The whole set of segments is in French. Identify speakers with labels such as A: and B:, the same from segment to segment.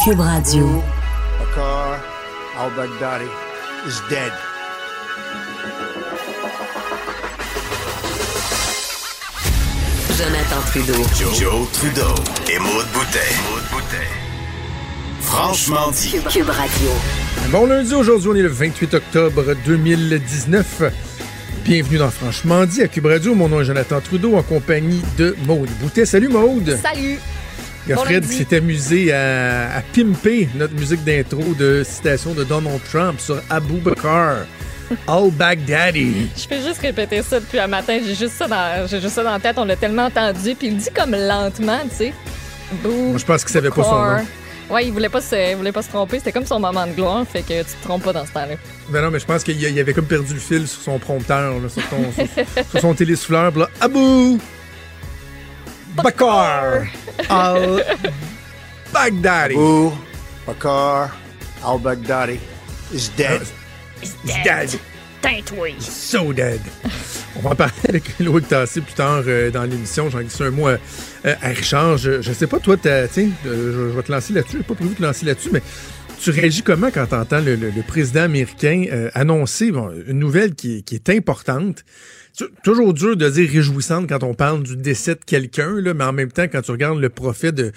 A: Cube Radio.
B: Bakar al-Baghdadi is dead.
A: Jonathan Trudeau.
C: Joe Trudeau et Maude Boutet. Franchement dit.
A: Cube Radio.
D: Bon lundi, aujourd'hui, on est le 28 octobre 2019. Bienvenue dans Franchement dit à Cube Radio. Mon nom est Jonathan Trudeau en compagnie de Maude Boutet. Salut Maude!
E: Salut!
D: Il y a Fred qui s'est amusé à pimper notre musique d'intro de citation de Donald Trump sur Abu Bakr al-Baghdadi.
E: Je fais juste répéter ça depuis un matin. J'ai juste ça dans la tête. On l'a tellement entendu. Puis il le dit comme lentement, tu sais.
D: Moi, je pense qu'il savait pas son nom.
E: Ouais, il voulait pas se tromper. C'était comme son moment de gloire. Fait que tu te trompes pas dans ce temps-là.
D: Ben non, mais je pense qu'il avait comme perdu le fil sur son prompteur, là, sur son télésouffleur. Là, Abu Bakr al-Baghdadi.
B: Abu Bakr al-Baghdadi is dead.
D: He's dead. So dead. On va en parler avec Loïc Tassé plus tard dans l'émission. J'en glisse un mot à Richard. Je sais pas, toi, je vais te lancer là-dessus. J'ai pas prévu de te lancer là-dessus, mais tu réagis comment quand tu entends le président américain annoncer une nouvelle qui est importante? C'est toujours dur de dire réjouissante quand on parle du décès de quelqu'un, là, mais en même temps, quand tu regardes le profil de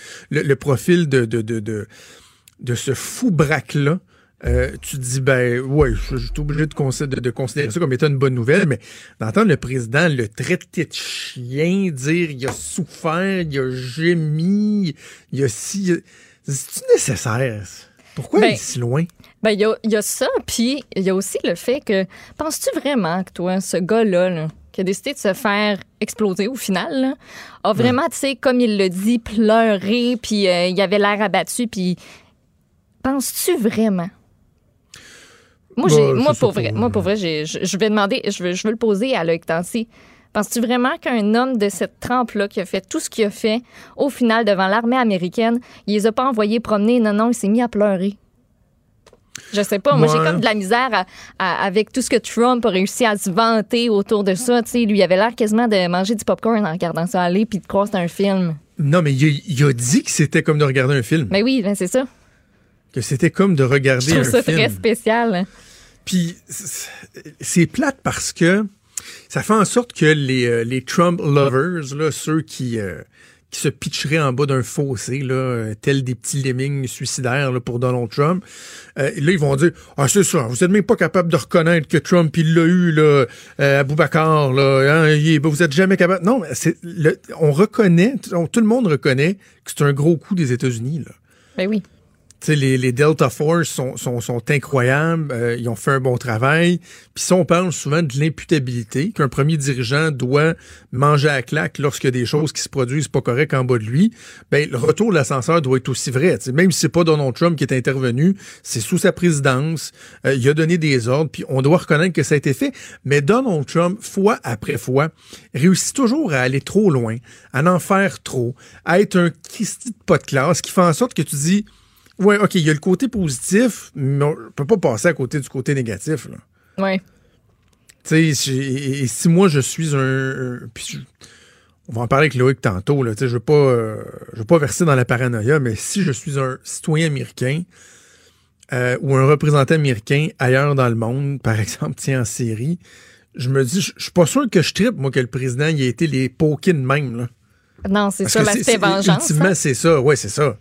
D: ce fou braque-là, tu te dis, ben, ouais, je suis obligé de considérer ça comme étant une bonne nouvelle, mais d'entendre le président le traiter de chien, dire il a souffert, il a gémi, il a si. C'est-tu nécessaire? Pourquoi il est si loin?
E: Ben, il y a ça, puis il y a aussi le fait que, penses-tu vraiment que toi, ce gars-là, là, qui a décidé de se faire exploser au final, là, a vraiment, tu sais, comme il le dit, pleuré, puis il avait l'air abattu, puis penses-tu vraiment? Moi, pour vrai, je vais demander, je veux le poser à Loïc Tassé. Penses-tu vraiment qu'un homme de cette trempe-là, qui a fait tout ce qu'il a fait, au final, devant l'armée américaine, il les a pas envoyés promener? Non, il s'est mis à pleurer. Je sais pas, moi j'ai comme de la misère avec tout ce que Trump a réussi à se vanter autour de ça. Tu sais, lui, il avait l'air quasiment de manger du popcorn en regardant ça aller puis de croire que c'était un film.
D: Non, mais il a dit que c'était comme de regarder un film.
E: Mais oui, c'est ça.
D: Que c'était comme de regarder un film.
E: Je trouve ça très spécial.
D: Puis c'est plate parce que ça fait en sorte que les Trump lovers, là, ceux qui se pitcheraient en bas d'un fossé, là, tels des petits lemmings suicidaires là, pour Donald Trump, là, ils vont dire « Ah, c'est ça, vous êtes même pas capable de reconnaître que Trump, il l'a eu, là, Abu Bakr, là, hein, vous êtes jamais capable... » Non, on reconnaît, tout le monde reconnaît que c'est un gros coup des États-Unis, là.
E: Ben oui.
D: T'sais, les Delta Force sont incroyables, ils ont fait un bon travail. Puis ça, on parle souvent de l'imputabilité, qu'un premier dirigeant doit manger à claque lorsqu'il y a des choses qui se produisent pas correctes en bas de lui. Ben, le retour de l'ascenseur doit être aussi vrai. T'sais, même si c'est pas Donald Trump qui est intervenu, c'est sous sa présidence, il a donné des ordres, puis on doit reconnaître que ça a été fait. Mais Donald Trump, fois après fois, réussit toujours à aller trop loin, à en faire trop, à être un Christy de pas de classe, qui fait en sorte que tu dis... Oui, OK, il y a le côté positif, mais on ne peut pas passer à côté du côté négatif.
E: Oui.
D: Tu sais, et si moi, je suis on va en parler avec Loïc tantôt, là, je ne veux pas verser dans la paranoïa, mais si je suis un citoyen américain ou un représentant américain ailleurs dans le monde, par exemple, en Syrie, je me dis, je suis pas sûr que je trippe, moi, que le président il ait été les pokés de même. Là.
E: Non, c'est ça, l'aspect vengeance.
D: Ultimement, c'est ça, oui, c'est ça.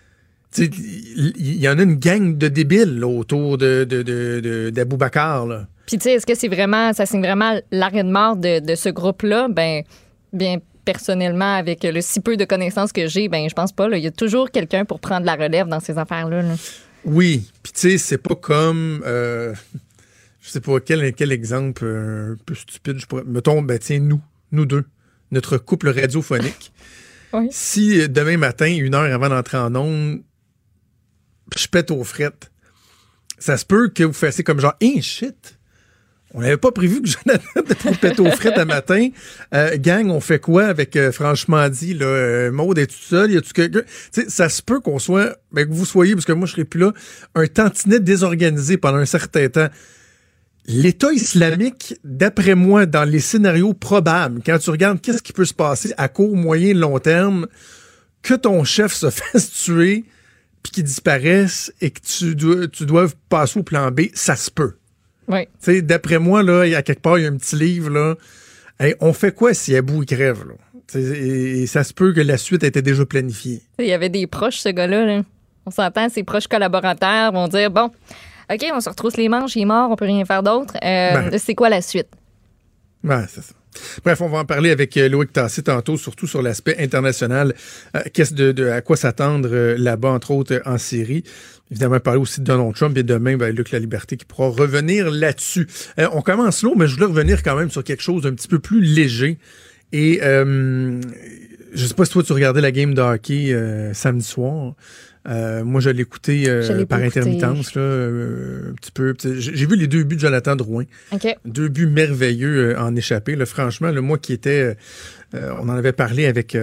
D: Il y en a une gang de débiles là, autour d'Abou Bakr. Là.
E: Puis, tu sais, est-ce que ça signe vraiment l'arrêt de mort de ce groupe-là? Ben, bien, personnellement, avec le si peu de connaissances que j'ai, ben, je pense pas. Il y a toujours quelqu'un pour prendre la relève dans ces affaires-là. Là.
D: Oui. Puis, tu sais, c'est pas comme. Je sais pas quel exemple un peu stupide je pourrais. Mettons, ben, tiens, nous deux, notre couple radiophonique.
E: Oui.
D: Si demain matin, 1 heure avant d'entrer en ondes, je pète aux frettes. Ça se peut que vous fassiez comme genre, hey, shit, on n'avait pas prévu que Jonathan vous pète aux frettes un matin. Gang, on fait quoi avec franchement dit, là, Maude est toute seule, y a-tu quelqu'un? Tu sais, ça se peut qu'on soit, ben, que vous soyez, parce que moi je serai plus là, un tantinet désorganisé pendant un certain temps. L'État islamique, d'après moi, dans les scénarios probables, quand tu regardes qu'est-ce qui peut se passer à court, moyen, long terme, que ton chef se fasse tuer, puis qu'ils disparaissent et que tu dois passer au plan B, ça se peut.
E: Oui.
D: Tu sais, d'après moi, là, il y a quelque part, il y a un petit livre, là. Hey, on fait quoi si Abou il crève, là? Et ça se peut que la suite était déjà planifiée.
E: Il y avait des proches, ce gars-là. Là. On s'entend, ses proches collaborateurs vont dire, bon, OK, on se retrousse les manches, il est mort, on peut rien faire d'autre. C'est quoi la suite?
D: Ouais, c'est ça. Bref, on va en parler avec Loïc Tassé tantôt, surtout sur l'aspect international. À quoi s'attendre là-bas, entre autres en Syrie. Évidemment, parler aussi de Donald Trump et demain, Luc La Liberté qui pourra revenir là-dessus. On commence là, mais je voulais revenir quand même sur quelque chose d'un petit peu plus léger. Et je sais pas si toi tu regardais la game de hockey samedi soir. Moi, je l'ai écouté par intermittence, là, un petit peu. J'ai vu les 2 buts de Jonathan Drouin.
E: Okay.
D: 2 buts merveilleux en échappé. Là, franchement, là, moi qui étais... on en avait parlé avec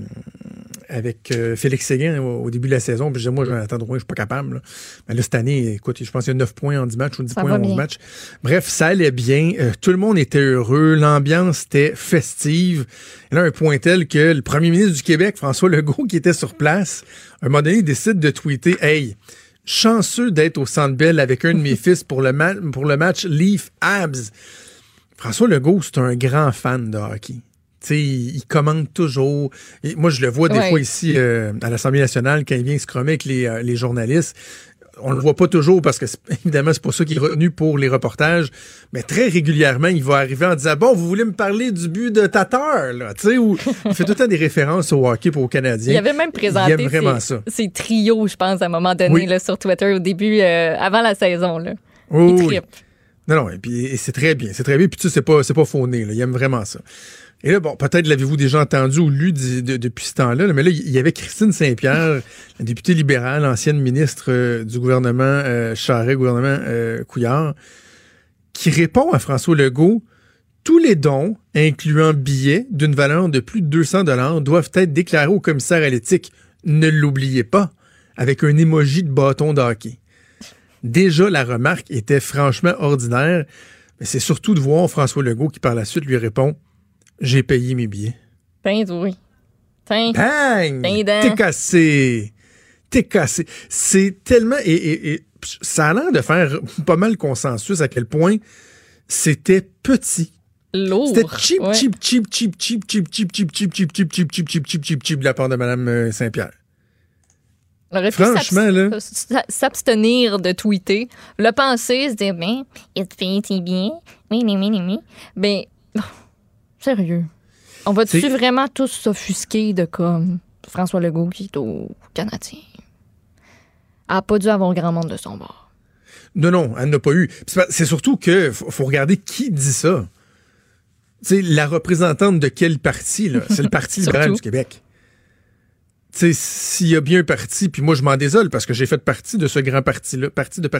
D: Félix Séguin au début de la saison. Puis je disais, moi, Jonathan Drouin, je suis pas capable. Là. Mais là, cette année, écoute, je pense qu'il y a 9 points en 10 matchs ou 10 points en 11 matchs. Bref, ça allait bien. Tout le monde était heureux. L'ambiance était festive. Et là, un point tel que le premier ministre du Québec, François Legault, qui était sur place, à un moment donné, il décide de tweeter « Hey, chanceux d'être au Centre Bell avec un de mes fils pour le match Leaf-Habs. » François Legault, c'est un grand fan de hockey. T'sais, il commente toujours. Et moi, je le vois des fois ici à l'Assemblée nationale quand il vient se cromer avec les journalistes. On le voit pas toujours parce que, évidemment, c'est pour ça qu'il est retenu pour les reportages. Mais très régulièrement, il va arriver en disant « Bon, vous voulez me parler du but de Tatar? » là, tu sais, où il fait tout le temps des références au hockey pour aux Canadiens.
E: Il avait même présenté ses trios, je pense, à un moment donné là, sur Twitter au début, avant la saison. Là. Il trippe.
D: Non, et puis c'est très bien. C'est très bien. Puis tu sais, c'est pas fauné. Là. Il aime vraiment ça. Et là, bon, peut-être l'avez-vous déjà entendu ou lu depuis ce temps-là, mais là, il y avait Christine Saint-Pierre, la députée libérale, ancienne ministre du gouvernement Charest, gouvernement Couillard, qui répond à François Legault, tous les dons, incluant billets d'une valeur de plus de 200$, doivent être déclarés au commissaire à l'éthique. Ne l'oubliez pas, avec un emoji de bâton de hockey. Déjà, la remarque était franchement ordinaire, mais c'est surtout de voir François Legault qui, par la suite, lui répond « J'ai payé mes billets. »
E: Ben oui. Bang!
D: T'es cassé! T'es cassé. C'est tellement... Et ça a l'air de faire pas mal consensus à quel point c'était petit.
E: Lourd.
D: C'était cheap de la part de Mme Saint-Pierre.
E: On aurait pu s'abstenir de tweeter, le penser, se dire, ben, il te paye tes billets, oui. Ben, sérieux. On va-tu vraiment tous s'offusquer de comme François Legault qui est au Canadien? Elle n'a pas dû avoir grand monde de son bord.
D: Non, elle n'a pas eu. C'est surtout que faut regarder qui dit ça. Tu sais, la représentante de quel parti, là? C'est le Parti libéral du Québec. Tu sais, s'il y a bien un parti, puis moi, je m'en désole parce que j'ai fait partie de ce grand parti-là.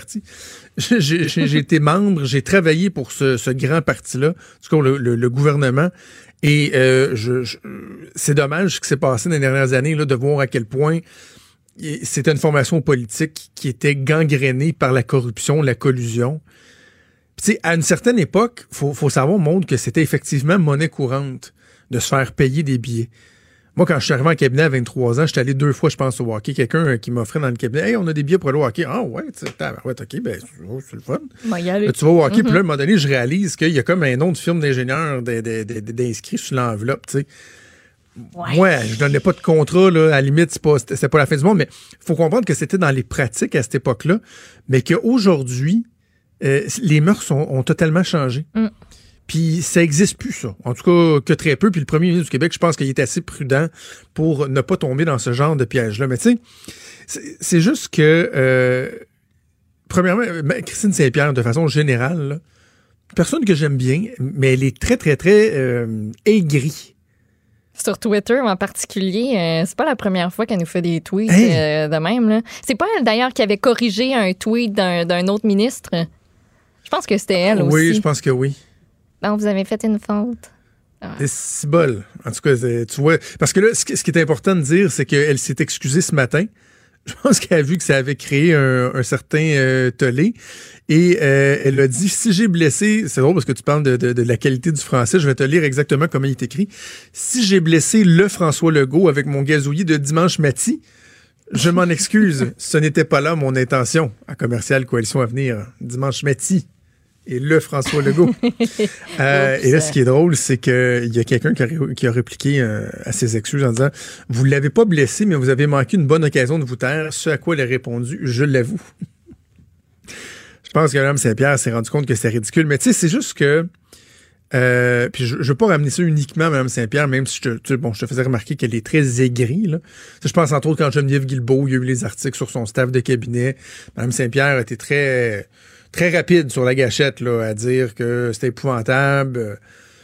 D: J'ai été membre, j'ai travaillé pour ce grand parti-là, en tout cas, le gouvernement. Et c'est dommage ce qui s'est passé dans les dernières années, là, de voir à quel point c'était une formation politique qui était gangrénée par la corruption, la collusion. Tu sais, à une certaine époque, faut savoir, Maude, que c'était effectivement monnaie courante de se faire payer des billets. Moi, quand je suis arrivé en cabinet à 23 ans, j'étais allé 2 fois, je pense, au hockey. Quelqu'un qui m'offrait dans le cabinet, « Hey, on a des billets pour aller au hockey. » Ah ouais, tu sais, OK, ben, c'est le fun. Là, tu vas au hockey, puis là, à un moment donné, je réalise qu'il y a comme un nom de firme d'ingénieur d'inscrit sur l'enveloppe, tu sais. Ouais. Moi, je donnais pas de contrat, là. À la limite, c'était pas la fin du monde, mais il faut comprendre que c'était dans les pratiques à cette époque-là, mais qu'aujourd'hui, les mœurs ont totalement changé. Puis ça existe plus, ça. En tout cas, que très peu. Puis le premier ministre du Québec, je pense qu'il est assez prudent pour ne pas tomber dans ce genre de piège-là. Mais tu sais, c'est juste que, premièrement, Christine Saint-Pierre, de façon générale, là, personne que j'aime bien, mais elle est très, très, très aigrie.
E: Sur Twitter en particulier, c'est pas la première fois qu'elle nous fait des tweets de même. Là. C'est pas elle, d'ailleurs, qui avait corrigé un tweet d'un autre ministre. Je pense que c'était elle aussi.
D: Oui, je pense que oui.
E: Bon, vous avez fait une faute.
D: C'est si bol. En tout cas, tu vois. Parce que là, ce qui est important de dire, c'est qu'elle s'est excusée ce matin. Je pense qu'elle a vu que ça avait créé un certain tollé. Et elle a dit, si j'ai blessé... C'est drôle parce que tu parles de la qualité du français. Je vais te lire exactement comment il est écrit. Si j'ai blessé le François Legault avec mon gazouillis de dimanche matin, Je m'en excuse. Ce n'était pas là mon intention. À Commercial Coalition Avenir, Dimanche Matin. Et le François Legault. Et là, ce qui est drôle, c'est qu'il y a quelqu'un qui a répliqué à ses excuses en disant « Vous ne l'avez pas blessé, mais vous avez manqué une bonne occasion de vous taire. » Ce à quoi elle a répondu « Je l'avoue. » Je pense que Mme Saint-Pierre s'est rendu compte que c'était ridicule. Mais tu sais, c'est juste que... puis je veux pas ramener ça uniquement à Mme Saint-Pierre, même si je te faisais remarquer qu'elle est très aigrie. Là. Je pense entre autres quand Geneviève Guilbeault, il y a eu les articles sur son staff de cabinet. Mme Saint-Pierre a été très... très rapide sur la gâchette là, à dire que c'était épouvantable.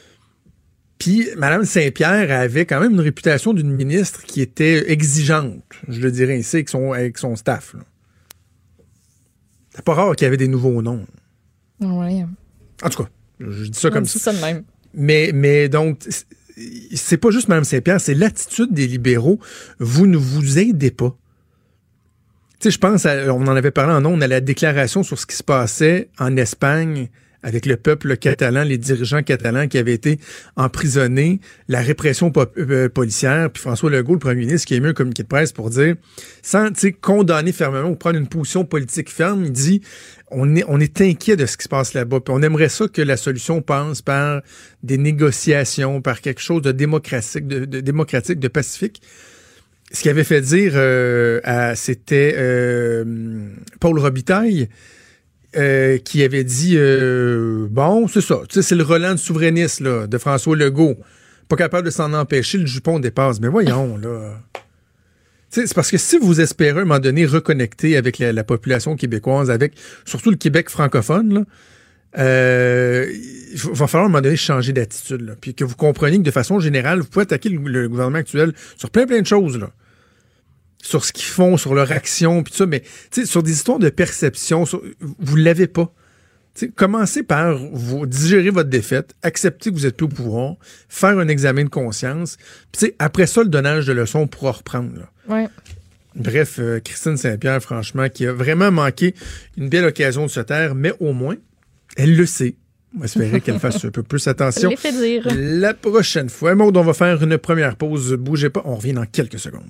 D: Puis Mme Saint-Pierre avait quand même une réputation d'une ministre qui était exigeante, je le dirais ainsi, avec son staff. Là. C'est pas rare qu'il y avait des nouveaux noms.
E: Oui.
D: En tout cas, je dis ça comme ça.
E: C'est ça de même.
D: Mais donc, c'est pas juste Mme Saint-Pierre, c'est l'attitude des libéraux. Vous ne vous aidez pas. Tu sais, je pense, on en avait parlé en ondes, à la déclaration sur ce qui se passait en Espagne avec le peuple catalan, les dirigeants catalans qui avaient été emprisonnés, la répression policière, puis François Legault, le premier ministre, qui a émis un communiqué de presse pour dire, sans condamner fermement ou prendre une position politique ferme, il dit, on est inquiet de ce qui se passe là-bas, puis on aimerait ça que la solution passe par des négociations, par quelque chose de démocratique, de pacifique. Ce qui avait fait dire c'était Paul Robitaille qui avait dit bon, c'est ça, tu sais, c'est le Roland souverainiste là, de François Legault. Pas capable de s'en empêcher, le jupon dépasse. Mais voyons, là. C'est parce que si vous espérez à un moment donné reconnecter avec la population québécoise, avec surtout le Québec francophone, là, il va falloir à un moment donné changer d'attitude. Là, puis que vous compreniez que de façon générale, vous pouvez attaquer le gouvernement actuel sur plein de choses, là. Sur ce qu'ils font, sur leur action, puis tout ça, mais sur des histoires de perception, vous ne l'avez pas. T'sais, commencez par vous digérer votre défaite, accepter que vous êtes plus au pouvoir, faire un examen de conscience, puis après ça, le donnage de leçons pourra reprendre. Là.
E: Ouais.
D: Bref, Christine Saint-Pierre, franchement, qui a vraiment manqué une belle occasion de se taire, mais au moins, elle le sait. On va espérer qu'elle fasse un peu plus attention.
E: Je l'ai fait dire.
D: La prochaine fois. Maud, on va faire une première pause. Bougez pas, on revient dans quelques secondes.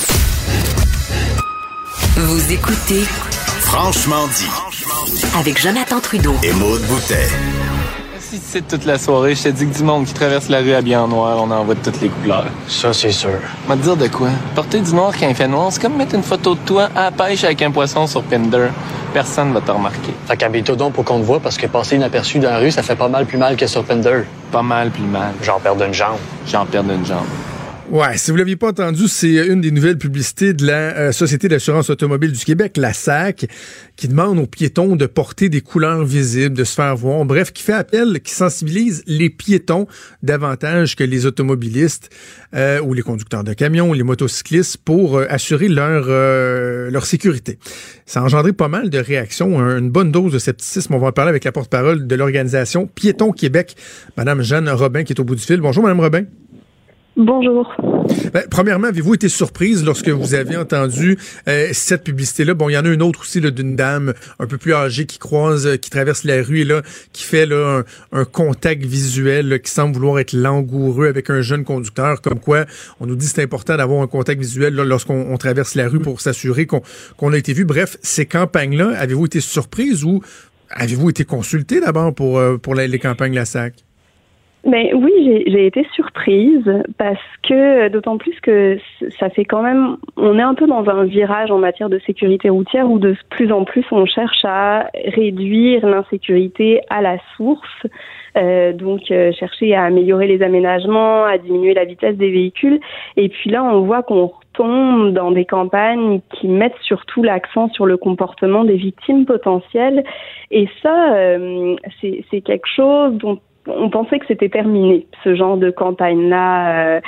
A: Vous écoutez
C: Franchement dit.
A: Avec Jonathan Trudeau
C: Et Maud Boutet.
F: Si c'est toute la soirée, je te dis que du monde qui traverse la rue habillé en noir, on en voit de toutes les couleurs.
G: Ça, c'est sûr.
F: On va te dire de quoi? Porter du noir quand il fait noir, c'est comme mettre une photo de toi à la pêche avec un poisson sur Tinder. Personne va te remarquer.
G: Fait qu'habille-toi donc pour qu'on te voit, parce que passer inaperçu dans la rue, ça fait pas mal plus mal que sur Tinder.
F: Pas mal plus mal.
G: J'en perds une jambe.
F: J'en perds une jambe.
D: Ouais, si vous l'aviez pas entendu, c'est une des nouvelles publicités de la Société d'assurance automobile du Québec, la SAC, qui demande aux piétons de porter des couleurs visibles, de se faire voir. Bref, qui fait appel, qui sensibilise les piétons davantage que les automobilistes ou les conducteurs de camions, les motocyclistes pour assurer leur sécurité. Ça a engendré pas mal de réactions, une bonne dose de scepticisme. On va en parler avec la porte-parole de l'organisation Piétons Québec, Mme Jeanne Robin, qui est au bout du fil. Bonjour, Mme Robin.
H: Bonjour.
D: Premièrement, avez-vous été surprise lorsque vous avez entendu cette publicité-là? Bon, il y en a une autre aussi là, d'une dame un peu plus âgée qui traverse la rue et là, qui fait là, un contact visuel là, qui semble vouloir être langoureux avec un jeune conducteur. Comme quoi, on nous dit que c'est important d'avoir un contact visuel là, lorsqu'on traverse la rue pour s'assurer qu'on a été vu. Bref, ces campagnes-là, avez-vous été surprise ou avez-vous été consulté d'abord pour les campagnes de la SAC?
H: Mais oui, j'ai été surprise parce que, d'autant plus que ça fait quand même, on est un peu dans un virage en matière de sécurité routière où de plus en plus on cherche à réduire l'insécurité à la source. Donc chercher à améliorer les aménagements, à diminuer la vitesse des véhicules. Et puis là, on voit qu'on retombe dans des campagnes qui mettent surtout l'accent sur le comportement des victimes potentielles. Et ça, c'est quelque chose dont on pensait que c'était terminé, ce genre de campagne-là.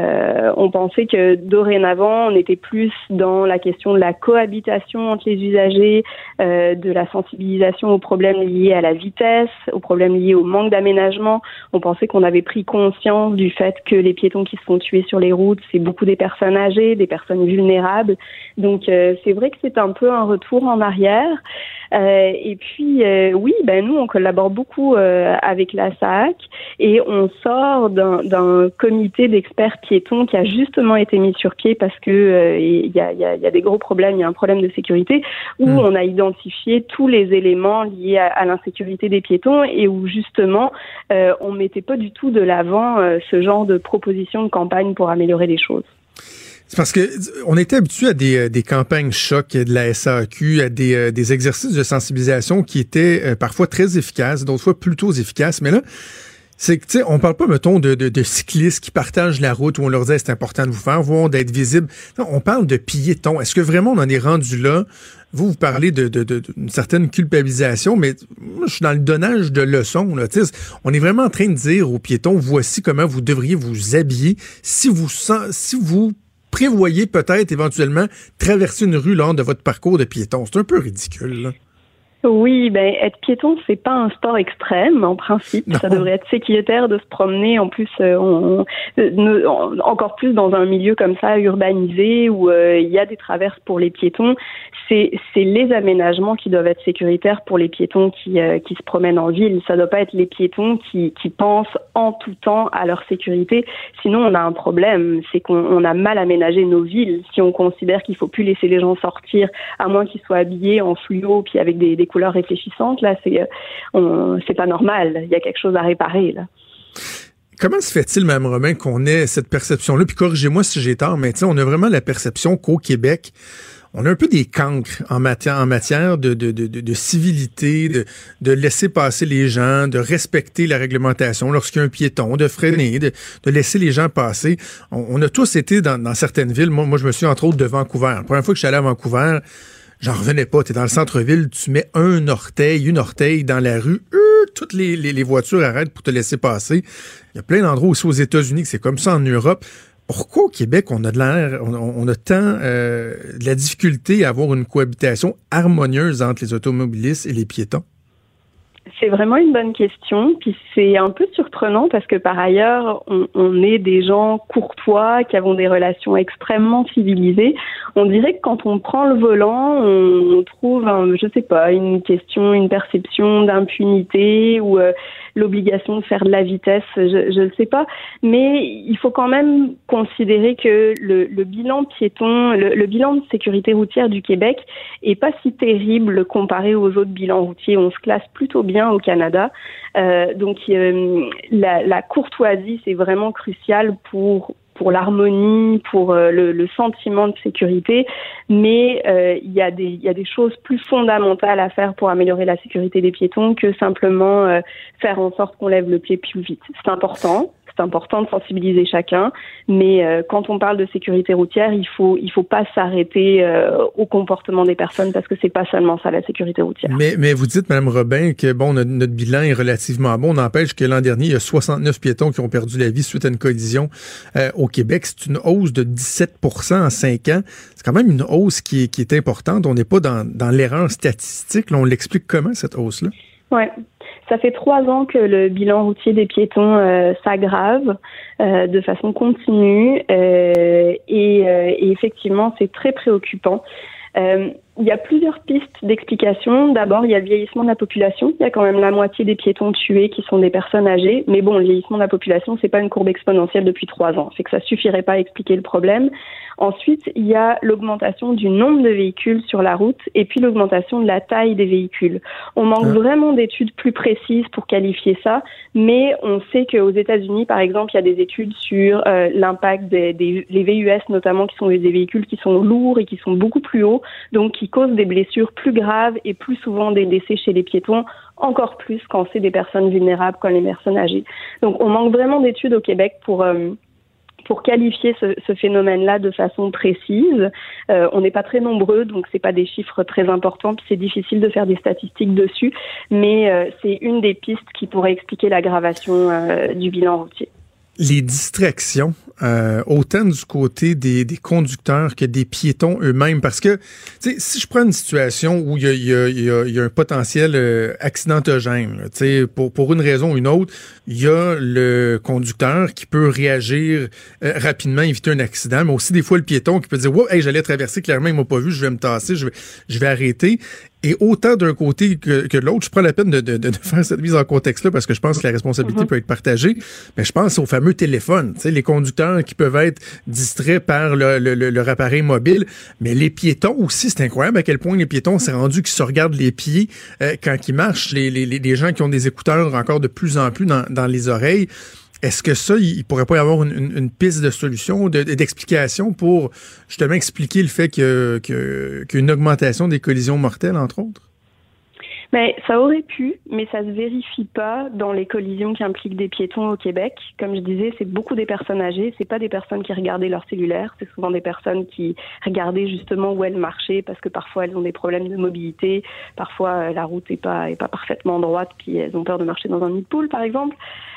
H: On pensait que dorénavant, on était plus dans la question de la cohabitation entre les usagers, de la sensibilisation aux problèmes liés à la vitesse, aux problèmes liés au manque d'aménagement. On pensait qu'on avait pris conscience du fait que les piétons qui se font tuer sur les routes, c'est beaucoup des personnes âgées, des personnes vulnérables. Donc, c'est vrai que c'est un peu un retour en arrière. Et puis, oui, nous, on collabore beaucoup avec la SAC. fac et on sort d'un comité d'experts piétons qui a justement été mis sur pied parce que il y a des gros problèmes, il y a un problème de sécurité où on a identifié tous les éléments liés à l'insécurité des piétons et où justement on mettait pas du tout de l'avant ce genre de propositions de campagne pour améliorer les choses.
D: C'est parce que on était habitué à des campagnes choc de la SAQ, à des exercices de sensibilisation qui étaient parfois très efficaces, d'autres fois plutôt efficaces. Mais là, c'est que, tu sais, on parle pas, mettons, de cyclistes qui partagent la route où on leur dit c'est important de vous faire voir, d'être visible. Non, on parle de piétons. Est-ce que vraiment on en est rendu là? Vous parlez d'une certaine culpabilisation, mais moi, je suis dans le donnage de leçons, là. Tu sais, on est vraiment en train de dire aux piétons, voici comment vous devriez vous habiller si vous prévoyez peut-être éventuellement traverser une rue lors de votre parcours de piéton. C'est un peu ridicule, là.
H: Oui, être piéton, c'est pas un sport extrême en principe. Non. Ça devrait être sécuritaire de se promener. En plus, encore plus dans un milieu comme ça urbanisé où il y a des traverses pour les piétons. C'est les aménagements qui doivent être sécuritaires pour les piétons qui se promènent en ville. Ça doit pas être les piétons qui pensent en tout temps à leur sécurité. Sinon, on a un problème. C'est qu'on a mal aménagé nos villes. Si on considère qu'il faut plus laisser les gens sortir, à moins qu'ils soient habillés en fluo puis avec des couleurs réfléchissantes, là, c'est pas normal. Il y a quelque chose à réparer, là.
D: Comment se fait-il, Mme Robin, qu'on ait cette perception-là? Puis corrigez-moi si j'ai tort, mais on a vraiment la perception qu'au Québec, on a un peu des cancres en matière de civilité, de laisser passer les gens, de respecter la réglementation lorsqu'il y a un piéton, de freiner, de laisser les gens passer. On a tous été dans certaines villes. Moi, je me suis entre autres de Vancouver. La première fois que je suis allé à Vancouver, j'en revenais pas. T'es dans le centre-ville, tu mets une orteil dans la rue, toutes les voitures arrêtent pour te laisser passer. Il y a plein d'endroits aussi aux États-Unis que c'est comme ça en Europe. Pourquoi au Québec, on a tant de la difficulté à avoir une cohabitation harmonieuse entre les automobilistes et les piétons?
H: C'est vraiment une bonne question, puis c'est un peu surprenant parce que par ailleurs, on est des gens courtois, qui avons des relations extrêmement civilisées. On dirait que quand on prend le volant, on trouve, une perception d'impunité ou l'obligation de faire de la vitesse, je ne sais pas. Mais il faut quand même considérer que le bilan piéton, le bilan de sécurité routière du Québec est pas si terrible comparé aux autres bilans routiers. On se classe plutôt bien au Canada. Donc la courtoisie, c'est vraiment crucial pour l'harmonie, pour le sentiment de sécurité, mais il y a des choses plus fondamentales à faire pour améliorer la sécurité des piétons que simplement faire en sorte qu'on lève le pied plus vite. C'est important de sensibiliser chacun, mais quand on parle de sécurité routière, il faut pas s'arrêter au comportement des personnes parce que c'est pas seulement ça la sécurité routière.
D: Mais vous dites, Mme Robin, que notre bilan est relativement bon. On n'empêche que l'an dernier, il y a 69 piétons qui ont perdu la vie suite à une collision au Québec. C'est une hausse de 17% en 5 ans. C'est quand même une hausse qui est importante. On n'est pas dans l'erreur statistique. Là, on l'explique comment, cette hausse-là?
H: Ouais. Ça fait 3 ans que le bilan routier des piétons s'aggrave de façon continue et effectivement, c'est très préoccupant. Il y a plusieurs pistes d'explication. D'abord, il y a le vieillissement de la population. Il y a quand même la moitié des piétons tués qui sont des personnes âgées. Mais bon, le vieillissement de la population, c'est pas une courbe exponentielle depuis 3 ans. C'est que ça suffirait pas à expliquer le problème. Ensuite, il y a l'augmentation du nombre de véhicules sur la route et puis l'augmentation de la taille des véhicules. On manque vraiment d'études plus précises pour qualifier ça, mais on sait qu'aux États-Unis, par exemple, il y a des études sur l'impact les VUS notamment, qui sont des véhicules qui sont lourds et qui sont beaucoup plus hauts, donc qui causent des blessures plus graves et plus souvent des décès chez les piétons, encore plus quand c'est des personnes vulnérables comme les personnes âgées. Donc on manque vraiment d'études au Québec pour qualifier ce phénomène-là de façon précise. On n'est pas très nombreux, donc c'est pas des chiffres très importants, puis c'est difficile de faire des statistiques dessus, mais c'est une des pistes qui pourrait expliquer l'aggravation du bilan routier.
D: Les distractions, autant du côté des conducteurs que des piétons eux-mêmes, parce que si je prends une situation où il y a un potentiel accidentogène, pour une raison ou une autre, il y a le conducteur qui peut réagir rapidement, éviter un accident, mais aussi des fois le piéton qui peut dire « Wow, hey, j'allais traverser, clairement il m'a pas vu, je vais me tasser, je vais arrêter ». Et autant d'un côté que de l'autre, je prends la peine de faire cette mise en contexte-là parce que je pense que la responsabilité peut être partagée, mais je pense au fameux téléphone, tu sais, les conducteurs qui peuvent être distraits par leur appareil mobile, mais les piétons aussi, c'est incroyable à quel point les piétons s'est rendu qu'ils se regardent les pieds quand ils marchent, les gens qui ont des écouteurs encore de plus en plus dans les oreilles. Est-ce que ça, il pourrait pas y avoir une piste de solution, d'explication pour justement expliquer le fait qu'une augmentation des collisions mortelles, entre autres?
H: Mais ça aurait pu, mais ça se vérifie pas dans les collisions qui impliquent des piétons au Québec. Comme je disais, c'est beaucoup des personnes âgées, c'est pas des personnes qui regardaient leur cellulaire, c'est souvent des personnes qui regardaient justement où elles marchaient parce que parfois elles ont des problèmes de mobilité, parfois la route est pas parfaitement droite puis elles ont peur de marcher dans un nid de poule par exemple.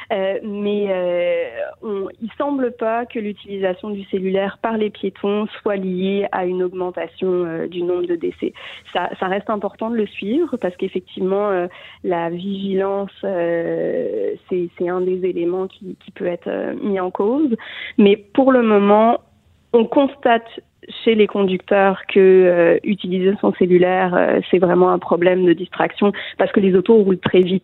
H: Il semble pas que l'utilisation du cellulaire par les piétons soit liée à une augmentation du nombre de décès. Ça reste important de le suivre parce qu'effectivement la vigilance c'est un des éléments qui peut être mis en cause. Mais pour le moment, on constate chez les conducteurs que utiliser son cellulaire c'est vraiment un problème de distraction parce que les autos roulent très vite.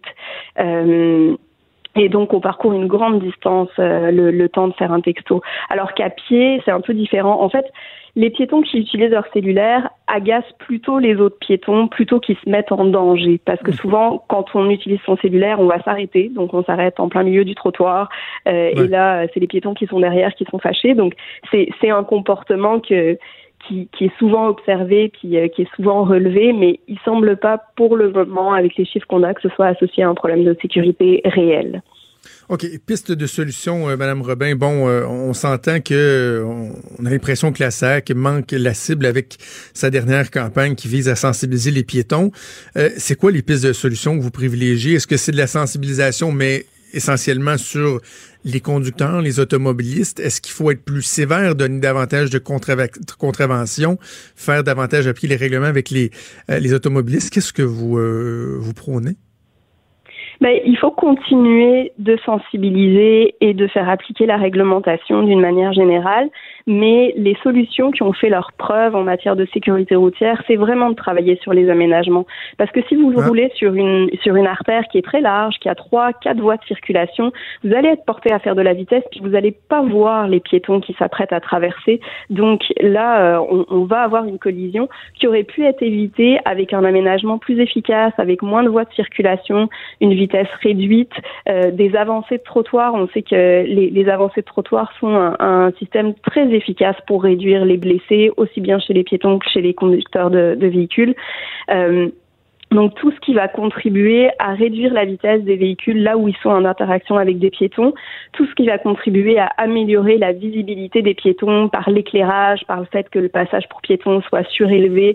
H: Et donc, on parcourt une grande distance le temps de faire un texto. Alors qu'à pied, c'est un peu différent. En fait, les piétons qui utilisent leur cellulaire agacent plutôt les autres piétons, plutôt qu'ils se mettent en danger. Parce que souvent, quand on utilise son cellulaire, on va s'arrêter. Donc, on s'arrête en plein milieu du trottoir. Et là, c'est les piétons qui sont derrière qui sont fâchés. Donc, c'est un comportement qui est souvent observé, qui est souvent relevé, mais il semble pas pour le moment, avec les chiffres qu'on a, que ce soit associé à un problème de sécurité réel.
D: OK. Piste de solution, Mme Robin. Bon, on s'entend que on a l'impression que la SAQ manque la cible avec sa dernière campagne qui vise à sensibiliser les piétons. C'est quoi les pistes de solution que vous privilégiez? Est-ce que c'est de la sensibilisation, mais essentiellement sur les conducteurs, les automobilistes? Est-ce qu'il faut être plus sévère, donner davantage de contraventions, faire davantage appliquer les règlements avec les automobilistes? Qu'est-ce que vous prônez?
H: Il faut continuer de sensibiliser et de faire appliquer la réglementation d'une manière générale, mais les solutions qui ont fait leur preuve en matière de sécurité routière, c'est vraiment de travailler sur les aménagements. Parce que si vous roulez sur une artère qui est très large, qui a 3-4 voies de circulation, vous allez être porté à faire de la vitesse, puis vous n'allez pas voir les piétons qui s'apprêtent à traverser. Donc là, on va avoir une collision qui aurait pu être évitée avec un aménagement plus efficace, avec moins de voies de circulation, une vitesse réduite, des avancées de trottoir. On sait que les avancées de trottoir sont un système très efficace pour réduire les blessés, aussi bien chez les piétons que chez les conducteurs de véhicules. Donc tout ce qui va contribuer à réduire la vitesse des véhicules là où ils sont en interaction avec des piétons, tout ce qui va contribuer à améliorer la visibilité des piétons par l'éclairage, par le fait que le passage pour piétons soit surélevé.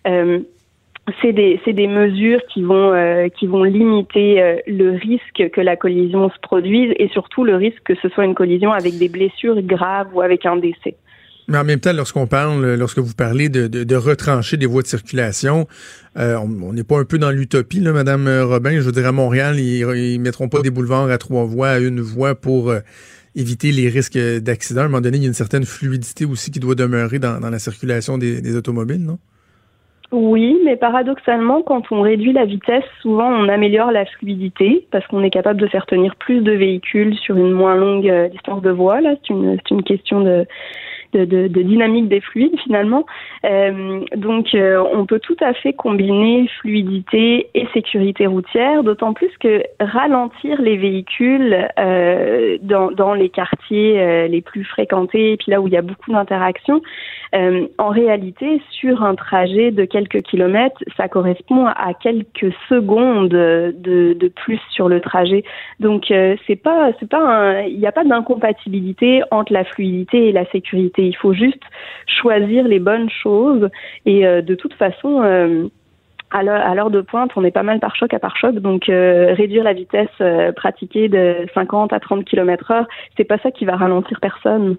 H: C'est des mesures qui vont limiter le risque que la collision se produise et surtout le risque que ce soit une collision avec des blessures graves ou avec un décès.
D: Mais en même temps, lorsque vous parlez de retrancher des voies de circulation, on n'est pas un peu dans l'utopie, là, Madame Robin. Je veux dire, à Montréal, ils mettront pas des boulevards à 3 voies, à 1 voie pour éviter les risques d'accident. À un moment donné, il y a une certaine fluidité aussi qui doit demeurer dans la circulation des automobiles, non?
H: Oui, mais paradoxalement, quand on réduit la vitesse, souvent on améliore la fluidité parce qu'on est capable de faire tenir plus de véhicules sur une moins longue distance de voie. Là, c'est une question de dynamique des fluides finalement. Donc on peut tout à fait combiner fluidité et sécurité routière, d'autant plus que ralentir les véhicules dans les quartiers les plus fréquentés et puis là où il y a beaucoup d'interactions, en réalité sur un trajet de quelques kilomètres, ça correspond à quelques secondes de plus sur le trajet. Donc il n'y a pas d'incompatibilité entre la fluidité et la sécurité. Il faut juste choisir les bonnes choses et de toute façon, à l'heure de pointe, on est pas mal par choc à par choc, donc réduire la vitesse pratiquée de 50 à 30 km/h, c'est pas ça qui va ralentir personne.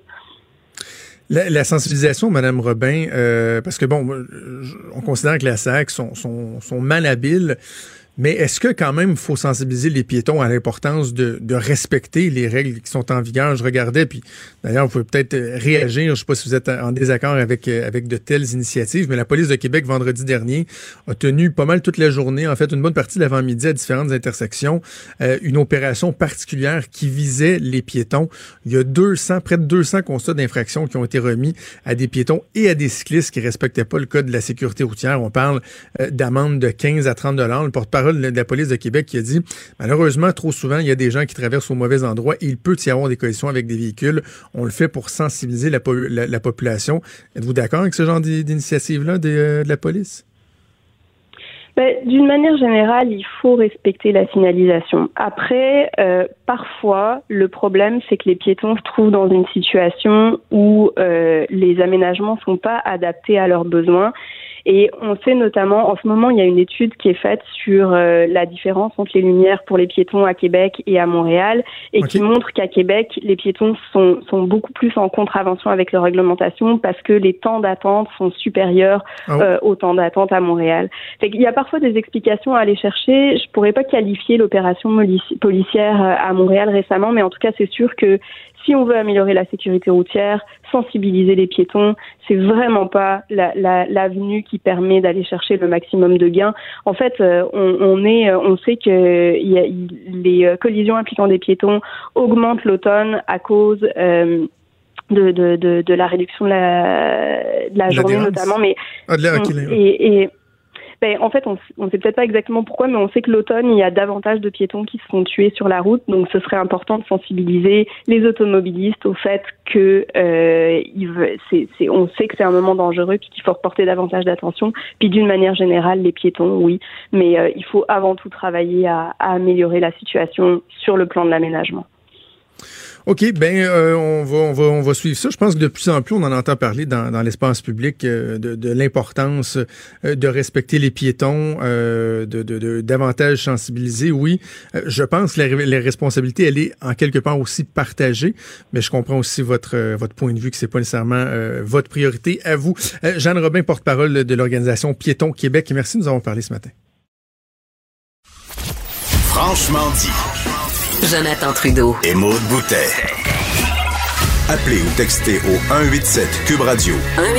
D: La sensibilisation, Madame Robin, parce que bon, on considère que la SAQ sont malhabiles Mais est-ce que quand même il faut sensibiliser les piétons à l'importance de respecter les règles qui sont en vigueur? Je regardais, puis d'ailleurs, vous pouvez peut-être réagir. Je ne sais pas si vous êtes en désaccord avec de telles initiatives, mais la police de Québec, vendredi dernier, a tenu pas mal toute la journée, en fait, une bonne partie de l'avant-midi à différentes intersections, une opération particulière qui visait les piétons. Il y a près de 200 constats d'infraction qui ont été remis à des piétons et à des cyclistes qui ne respectaient pas le code de la sécurité routière. On parle d'amende de 15 à 30 $. Le porte-parole de la police de Québec qui a dit, malheureusement, trop souvent, il y a des gens qui traversent au mauvais endroit et il peut y avoir des collisions avec des véhicules. On le fait pour sensibiliser la population. Êtes-vous d'accord avec ce genre d'initiative-là de la police?
H: D'une manière générale, il faut respecter la signalisation. Après, parfois, le problème, c'est que les piétons se trouvent dans une situation où les aménagements sont pas adaptés à leurs besoins. Et on sait notamment, en ce moment, il y a une étude qui est faite sur la différence entre les lumières pour les piétons à Québec et à Montréal, et qui montre qu'à Québec, les piétons sont beaucoup plus en contravention avec leur réglementation parce que les temps d'attente sont supérieurs aux temps d'attente à Montréal. Fait qu'il y a parfois des explications à aller chercher. Je pourrais pas qualifier l'opération policière à Montréal récemment, mais en tout cas, c'est sûr que si on veut améliorer la sécurité routière, sensibiliser les piétons, c'est vraiment pas l'avenue qui permet d'aller chercher le maximum de gains. En fait, on sait que les collisions impliquant des piétons augmentent l'automne à cause de la réduction de la journée notamment, mais en fait, on sait peut-être pas exactement pourquoi, mais on sait que l'automne, il y a davantage de piétons qui se font tuer sur la route. Donc, ce serait important de sensibiliser les automobilistes au fait que on sait que c'est un moment dangereux puis qu'il faut porter davantage d'attention. Puis, d'une manière générale, les piétons, oui. Mais il faut avant tout travailler à améliorer la situation sur le plan de l'aménagement.
D: OK, on va suivre ça. Je pense que de plus en plus, on en entend parler dans l'espace public de l'importance de respecter les piétons, de davantage sensibiliser. Oui, je pense que la responsabilité, elle est en quelque part aussi partagée, mais je comprends aussi votre point de vue que c'est pas nécessairement votre priorité à vous. Jeanne Robin, porte-parole de l'organisation Piétons Québec, merci de nous avoir parlé ce matin.
C: Franchement dit.
A: Jonathan Trudeau
C: et Maude Boutet. Appelez ou textez au 187 Cube Radio.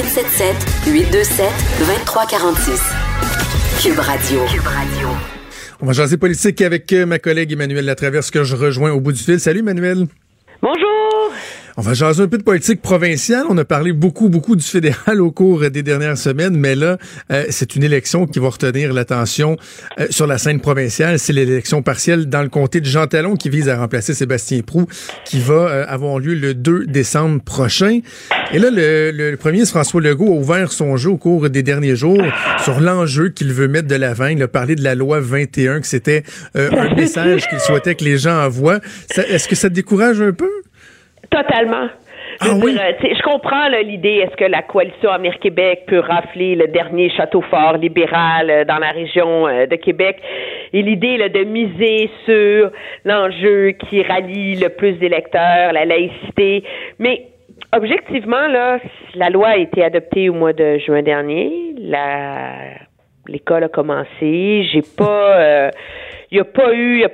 A: 1877-827-2346. Cube Radio.
D: On va jaser politique avec ma collègue Emmanuelle Latraverse que je rejoins au bout du fil. Salut Emmanuelle.
I: Bonjour.
D: On va jaser un peu de politique provinciale. On a parlé beaucoup du fédéral au cours des dernières semaines, mais là, c'est une élection qui va retenir l'attention sur la scène provinciale. C'est l'élection partielle dans le comté de Jean Talon qui vise à remplacer Sébastien Proulx, qui va avoir lieu le 2 décembre prochain. Et là, le premier ministre François Legault a ouvert son jeu au cours des derniers jours sur l'enjeu qu'il veut mettre de l'avant. Il a parlé de la loi 21, que c'était un message qu'il souhaitait que les gens envoient. Est-ce que ça te décourage un peu?
I: Totalement. Je comprends l'idée, est-ce que la coalition Avenir-Québec peut rafler le dernier château fort libéral dans la région de Québec, et l'idée de miser sur l'enjeu qui rallie le plus d'électeurs, la laïcité, mais objectivement, la loi a été adoptée au mois de juin dernier, l'école a commencé, il n'y a pas eu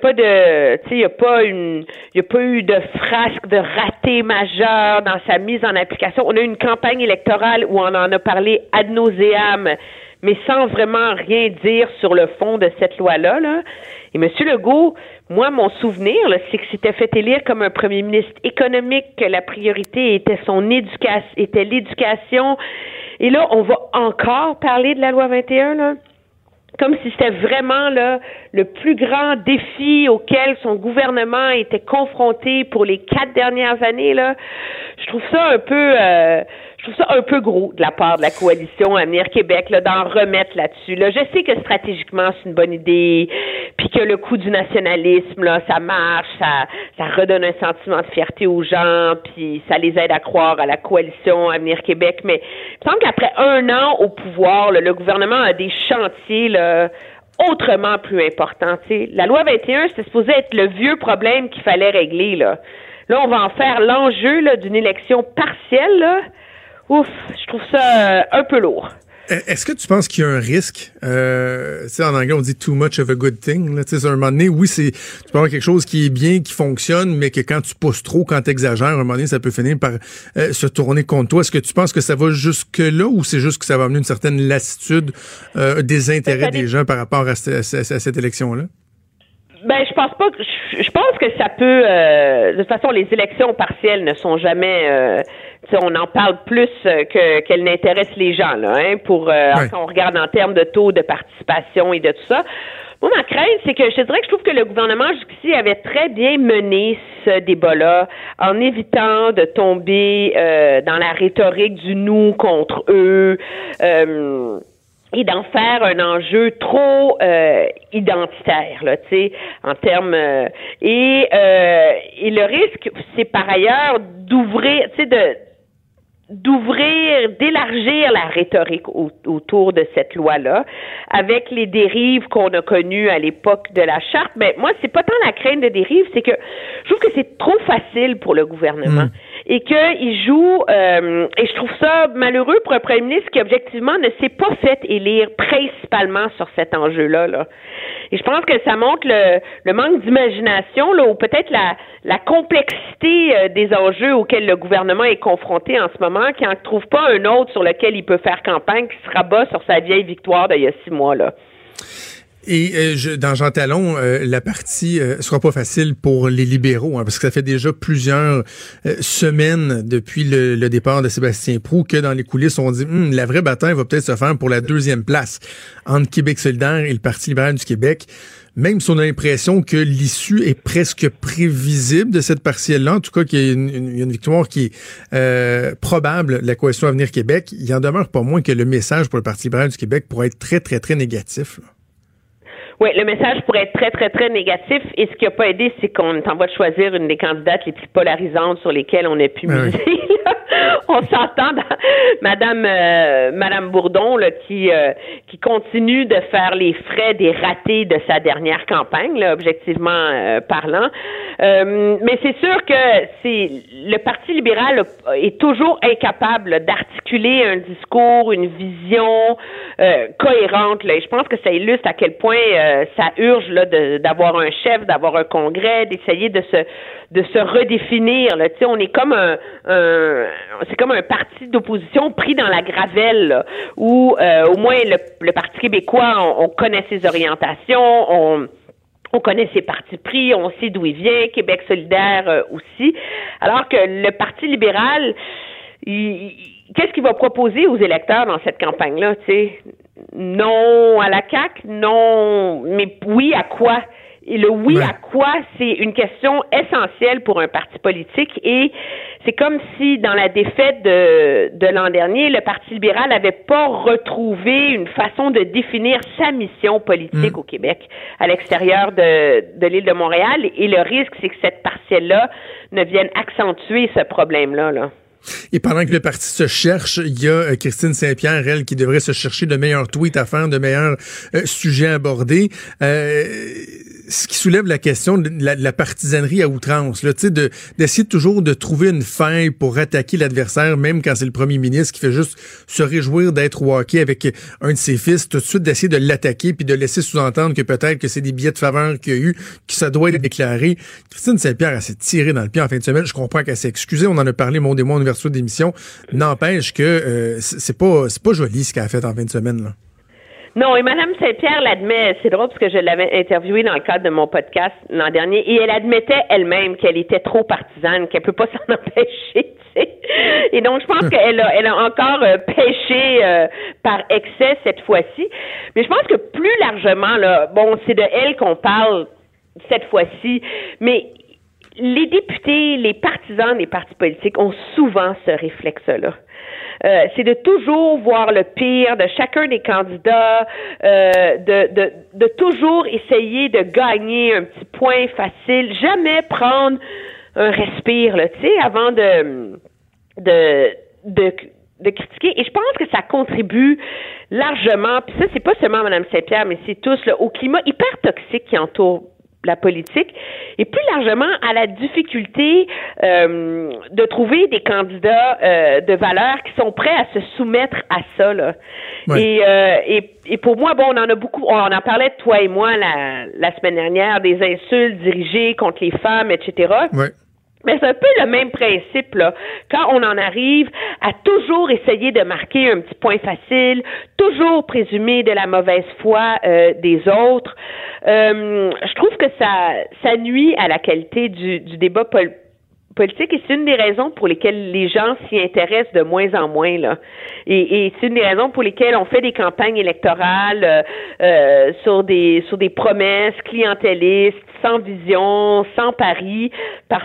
I: de frasque, de raté majeur dans sa mise en application. On a eu une campagne électorale où on en a parlé ad nauseam, mais sans vraiment rien dire sur le fond de cette loi-là, là. Et M. Legault, moi, mon souvenir, c'est que s'était fait élire comme un premier ministre économique, que la priorité était l'éducation. Et là, on va encore parler de la loi 21, là. Comme si c'était vraiment le plus grand défi auquel son gouvernement était confronté pour les 4 dernières années, là. Je trouve ça un peu gros de la part de la coalition Avenir Québec, d'en remettre là-dessus. Là. Je sais que stratégiquement, c'est une bonne idée, puis que le coup du nationalisme, ça marche, ça redonne un sentiment de fierté aux gens, puis ça les aide à croire à la coalition Avenir Québec. Mais il me semble qu'après 1 an au pouvoir, le gouvernement a des chantiers autrement plus importants. T'sais. La loi 21, c'était supposé être le vieux problème qu'il fallait régler. Là, on va en faire l'enjeu d'une élection partielle. Ouf, je trouve ça un peu lourd.
D: Est-ce que tu penses qu'il y a un risque? En anglais, on dit too much of a good thing. Là, à un moment donné, oui, tu peux avoir quelque chose qui est bien, qui fonctionne, mais que quand tu pousses trop, quand tu exagères, à un moment donné, ça peut finir par se tourner contre toi. Est-ce que tu penses que ça va jusque-là ou c'est juste que ça va amener une certaine lassitude des intérêts des gens par rapport à cette élection-là?
I: Ben, je pense pas. Je pense que ça peut. De toute façon, les élections partielles ne sont jamais. On en parle plus qu'elles n'intéressent les gens là. Quand on regarde en termes de taux de participation et de tout ça. Moi, ma crainte, c'est que je te dirais que je trouve que le gouvernement jusqu'ici avait très bien mené ce débat-là en évitant de tomber dans la rhétorique du nous contre eux. Et d'en faire un enjeu trop identitaire, là, tu sais, en termes et le risque, c'est par ailleurs d'ouvrir, tu sais, d'élargir la rhétorique autour de cette loi-là, avec les dérives qu'on a connues à l'époque de la charte. Mais moi, c'est pas tant la crainte de dérives, c'est que je trouve que c'est trop facile pour le gouvernement. Et qu'il joue, et je trouve ça malheureux pour un premier ministre qui, objectivement, ne s'est pas fait élire principalement sur cet enjeu-là, là. Et je pense que ça montre le manque d'imagination, là, ou peut-être la complexité des enjeux auxquels le gouvernement est confronté en ce moment, qui n'en trouve pas un autre sur lequel il peut faire campagne, qui se rabat sur sa vieille victoire d'il y a 6 mois, là.
D: Et dans Jean Talon, la partie sera pas facile pour les libéraux, parce que ça fait déjà plusieurs semaines depuis le départ de Sébastien Proulx que dans les coulisses, on dit la vraie bataille va peut-être se faire pour la 2e place entre Québec solidaire et le Parti libéral du Québec. Même si on a l'impression que l'issue est presque prévisible de cette partielle-là, en tout cas qu'il y a une victoire qui est probable de la coalition Avenir Québec, il en demeure pas moins que le message pour le Parti libéral du Québec pourrait être très, très, très négatif, là.
I: Oui, le message pourrait être très, très, très négatif. Et ce qui n'a pas aidé, c'est qu'on t'envoie de choisir une des candidates les plus polarisantes sur lesquelles on a pu miser. On s'entend dans Madame Bourdon, là, qui continue de faire les frais des ratés de sa dernière campagne, là, objectivement parlant. Mais c'est sûr que le Parti libéral est toujours incapable d'articuler un discours, une vision cohérente, là. Et je pense que ça illustre à quel point ça urge là d'avoir un chef, d'avoir un congrès, d'essayer de se redéfinir, là. Tu sais, on est comme c'est comme un parti d'opposition pris dans la gravelle, là, où au moins le Parti québécois, on connaît ses orientations, on connaît ses partis pris, on sait d'où il vient, Québec solidaire aussi. Alors que le Parti libéral, qu'est-ce qu'il va proposer aux électeurs dans cette campagne-là, tu sais? Non à la CAQ, non, mais oui à quoi? Et le oui à quoi, c'est une question essentielle pour un parti politique et c'est comme si dans la défaite de l'an dernier, le Parti libéral n'avait pas retrouvé une façon de définir sa mission politique au Québec à l'extérieur de l'île de Montréal et le risque, c'est que cette partielle-là ne vienne accentuer ce problème-là, là.
D: Et pendant que le parti se cherche, il y a Christine Saint-Pierre, elle, qui devrait se chercher de meilleurs tweets à faire, de meilleurs sujets à aborder. Ce qui soulève la question de la partisanerie à outrance, là, tu sais, d'essayer toujours de trouver une faille pour attaquer l'adversaire, même quand c'est le premier ministre qui fait juste se réjouir d'être au hockey avec un de ses fils, tout de suite d'essayer de l'attaquer puis de laisser sous-entendre que peut-être que c'est des billets de faveur qu'il y a eu, que ça doit être déclaré. Christine Saint-Pierre, elle s'est tirée dans le pied en fin de semaine. Je comprends qu'elle s'est excusée. On en a parlé, Maud et moi, en ouverture d'émission. N'empêche que c'est pas joli ce qu'elle a fait en fin de semaine, là.
I: Non, et Mme Saint-Pierre l'admet, c'est drôle parce que je l'avais interviewée dans le cadre de mon podcast l'an dernier, et elle admettait elle-même qu'elle était trop partisane, qu'elle peut pas s'en empêcher, tu sais. Et donc, je pense qu'elle a encore péché par excès cette fois-ci. Mais je pense que plus largement, là, bon, c'est de elle qu'on parle cette fois-ci, mais les députés, les partisans des partis politiques ont souvent ce réflexe-là. C'est de toujours voir le pire de chacun des candidats, de toujours essayer de gagner un petit point facile, jamais prendre un respire, là, tu sais, avant de critiquer. Et je pense que ça contribue largement, puis ça, c'est pas seulement Mme Saint-Pierre, mais c'est tous, là, au climat hyper toxique qui entoure la politique et plus largement à la difficulté de trouver des candidats de valeur qui sont prêts à se soumettre à ça là. Ouais. Et pour moi, bon, on en parlait toi et moi la semaine dernière, des insultes dirigées contre les femmes, etc.
D: Ouais.
I: Mais c'est un peu le même principe, là. Quand on en arrive à toujours essayer de marquer un petit point facile, toujours présumer de la mauvaise foi des autres, je trouve que ça nuit à la qualité du débat politique et c'est une des raisons pour lesquelles les gens s'y intéressent de moins en moins, là. Et c'est une des raisons pour lesquelles on fait des campagnes électorales sur des promesses clientélistes, sans vision, sans pari, parce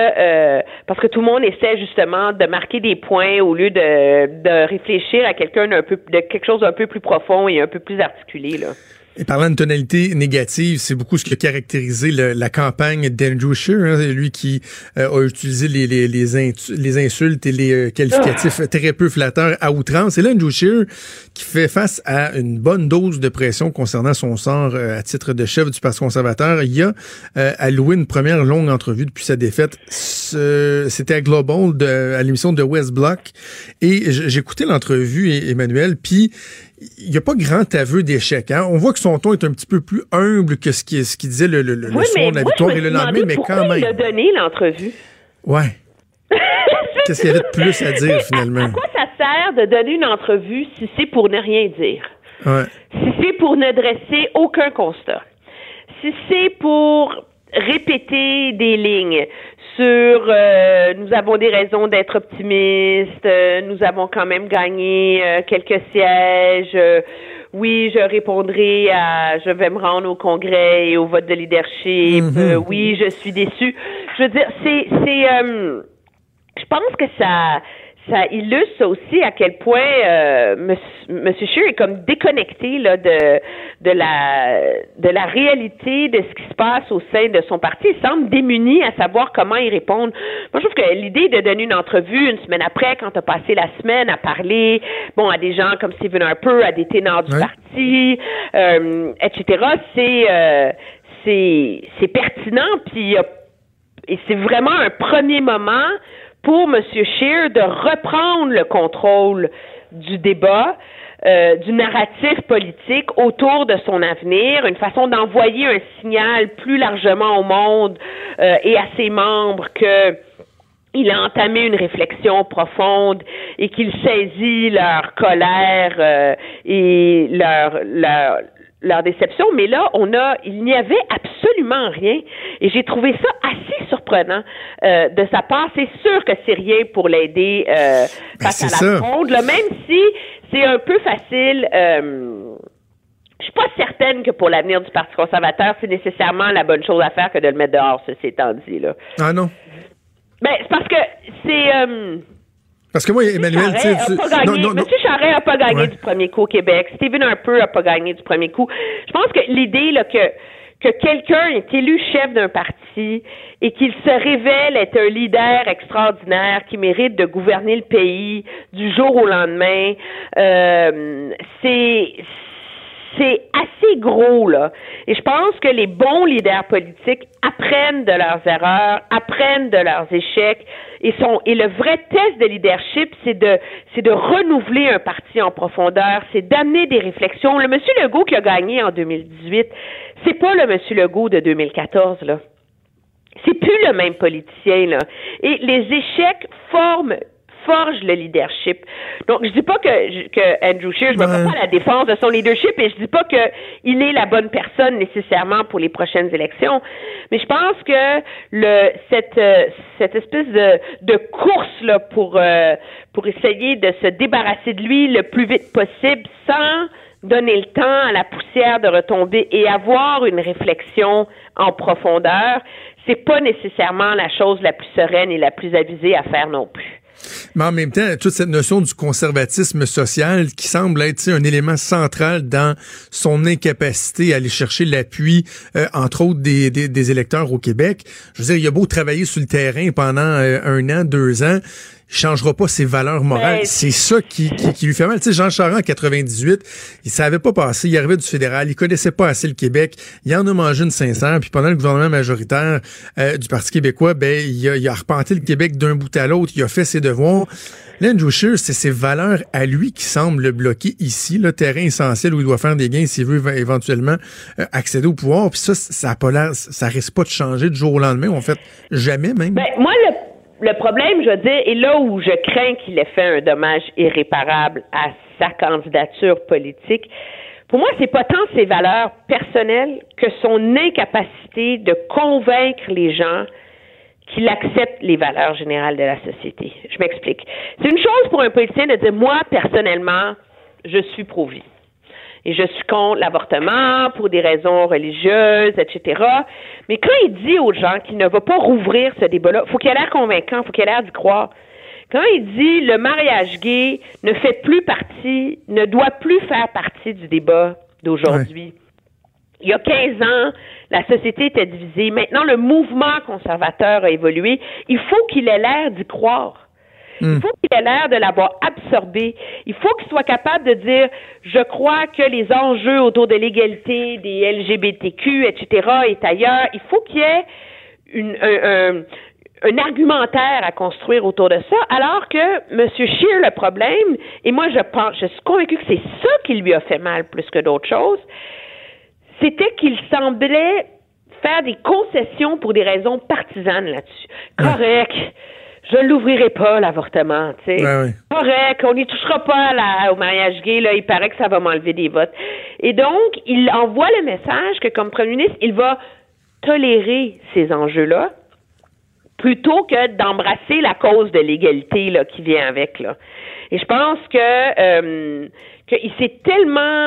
I: que tout le monde essaie justement de marquer des points au lieu de réfléchir à quelque chose d'un peu plus profond et un peu plus articulé, là.
D: Et parlant de tonalité négative, c'est beaucoup ce qui a caractérisé la campagne d'Andrew Scheer, hein, lui qui a utilisé les insultes et les qualificatifs très peu flatteurs à outrance. Et là, Andrew Scheer qui fait face à une bonne dose de pression concernant son sort à titre de chef du Parti conservateur. Il a alloué une première longue entrevue depuis sa défaite. C'était à Global, à l'émission de West Block. Et j'écoutais l'entrevue, Emmanuel, puis il n'y a pas grand aveu d'échec. Hein? On voit que son ton est un petit peu plus humble que ce qu'il disait le soir de la victoire et le lendemain, mais quand même.
I: Il a donné l'entrevue.
D: Ouais. Qu'est-ce qu'il y avait de plus à dire, finalement?
I: À quoi ça sert de donner une entrevue si c'est pour ne rien dire?
D: Ouais.
I: Si c'est pour ne dresser aucun constat? Si c'est pour répéter des lignes sur nous avons des raisons d'être optimistes, nous avons quand même gagné quelques sièges, oui, je répondrai je vais me rendre au congrès et au vote de leadership, oui, je suis déçue. Je veux dire, je pense que ça illustre aussi à quel point Monsieur Scheer est comme déconnecté là de la réalité de ce qui se passe au sein de son parti. Il semble démuni à savoir comment y répondre. Moi, je trouve que l'idée de donner une entrevue une semaine après, quand tu as passé la semaine à parler, à des gens comme Stephen Harper, à des ténors du parti, etc., c'est pertinent. Puis et c'est vraiment un premier moment pour M. Scheer de reprendre le contrôle du débat, du narratif politique autour de son avenir, une façon d'envoyer un signal plus largement au monde et à ses membres que il a entamé une réflexion profonde et qu'il saisit leur colère et leur déception, mais là, il n'y avait absolument rien. Et j'ai trouvé ça assez surprenant de sa part. C'est sûr que c'est rien pour l'aider face à la fronde, là, même si c'est un peu facile. Je suis pas certaine que pour l'avenir du Parti conservateur, c'est nécessairement la bonne chose à faire que de le mettre dehors, ceci étant dit, là.
D: Ah non?
I: Ben, c'est parce que c'est...
D: Parce que moi, Emmanuel...
I: Monsieur Charest n'a pas gagné du premier coup au Québec. Stephen Harper n'a pas gagné du premier coup. Je pense que l'idée là que quelqu'un est élu chef d'un parti et qu'il se révèle être un leader extraordinaire qui mérite de gouverner le pays du jour au lendemain, c'est assez gros, là. Et je pense que les bons leaders politiques apprennent de leurs erreurs, apprennent de leurs échecs, et le vrai test de leadership, c'est de renouveler un parti en profondeur, c'est d'amener des réflexions. Le monsieur Legault qui a gagné en 2018, c'est pas le monsieur Legault de 2014, là. C'est plus le même politicien, là. Et les échecs forge le leadership. Donc, je dis pas que Andrew Scheer, je me prends pas à la défense de son leadership et je dis pas que il est la bonne personne nécessairement pour les prochaines élections, mais je pense que cette espèce de course là pour essayer de se débarrasser de lui le plus vite possible sans donner le temps à la poussière de retomber et avoir une réflexion en profondeur, c'est pas nécessairement la chose la plus sereine et la plus avisée à faire non plus.
D: Mais en même temps, toute cette notion du conservatisme social qui semble être un élément central dans son incapacité à aller chercher l'appui, entre autres, des électeurs au Québec. Je veux dire, il a beau travailler sur le terrain pendant 1 an, 2 ans, il changera pas ses valeurs morales. C'est ça qui lui fait mal. Tu sais, Jean Charest, en 98, il savait pas passer. Il arrivait du fédéral. Il connaissait pas assez le Québec. Il en a mangé une sincère. Puis pendant le gouvernement majoritaire du Parti québécois, il a arpenté le Québec d'un bout à l'autre. Il a fait ses devoirs. Là, Andrew Scheer, c'est ses valeurs à lui qui semblent le bloquer ici, le terrain essentiel où il doit faire des gains s'il veut éventuellement accéder au pouvoir. Puis ça a pas l'air, ça risque pas de changer du jour au lendemain. En fait, jamais même.
I: Moi, le problème, je veux dire, et là où je crains qu'il ait fait un dommage irréparable à sa candidature politique, pour moi, c'est pas tant ses valeurs personnelles que son incapacité de convaincre les gens qu'il accepte les valeurs générales de la société. Je m'explique. C'est une chose pour un politicien de dire, moi, personnellement, je suis pro-vie. Et je suis contre l'avortement pour des raisons religieuses, etc. Mais quand il dit aux gens qu'il ne va pas rouvrir ce débat-là, faut qu'il ait l'air convaincant, faut qu'il ait l'air d'y croire. Quand il dit le mariage gay ne doit plus faire partie du débat d'aujourd'hui. Ouais. Il y a 15 ans, la société était divisée. Maintenant, le mouvement conservateur a évolué. Il faut qu'il ait l'air d'y croire. Il faut qu'il ait l'air de l'avoir absorbé. Il faut qu'il soit capable de dire « Je crois que les enjeux autour de l'égalité des LGBTQ, etc. est ailleurs. » Il faut qu'il y ait un argumentaire à construire autour de ça, alors que M. Scheer, le problème, et moi je suis convaincue que c'est ça qui lui a fait mal plus que d'autres choses, c'était qu'il semblait faire des concessions pour des raisons partisanes là-dessus. Correct. Je l'ouvrirai pas, l'avortement, tu sais. Ouais. Correct, on n'y touchera pas au mariage gay, là, il paraît que ça va m'enlever des votes. Et donc, il envoie le message que, comme premier ministre, il va tolérer ces enjeux-là, plutôt que d'embrasser la cause de l'égalité, là, qui vient avec, là. Et je pense qu'il s'est tellement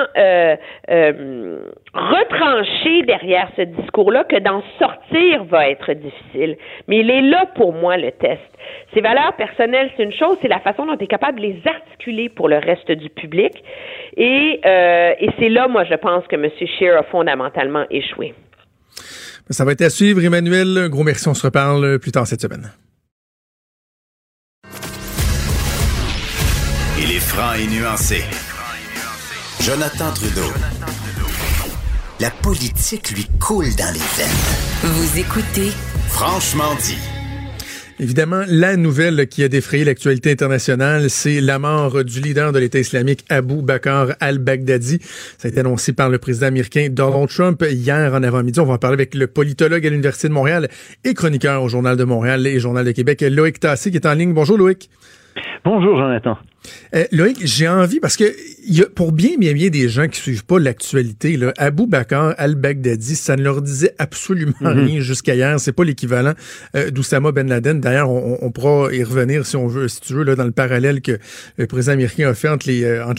I: retranché derrière ce discours-là que d'en sortir va être difficile. Mais il est là pour moi, le test. Ses valeurs personnelles, c'est une chose, c'est la façon dont il est capable de les articuler pour le reste du public. Et c'est là, moi, je pense que M. Scheer a fondamentalement échoué.
D: Ça va être à suivre, Emmanuel. Un gros merci, on se reparle plus tard cette semaine.
C: Il est franc et nuancé. Jonathan Trudeau. La politique lui coule dans les veines.
A: Vous écoutez Franchement dit.
D: Évidemment, la nouvelle qui a défrayé l'actualité internationale, c'est la mort du leader de l'État islamique, Abu Bakr al-Baghdadi. Ça a été annoncé par le président américain Donald Trump hier en avant-midi. On va en parler avec le politologue à l'Université de Montréal et chroniqueur au Journal de Montréal et Journal de Québec, Loïc Tassé, qui est en ligne. Bonjour, Loïc.
J: Bonjour, Jonathan.
D: Loïc, j'ai envie, parce que pour bien des gens qui suivent pas l'actualité, là, Abu Bakr al-Baghdadi, ça ne leur disait absolument rien jusqu'à hier. C'est pas l'équivalent d'Oussama Ben Laden. D'ailleurs, on pourra y revenir si on veut, si tu veux, là, dans le parallèle que le président américain a fait entre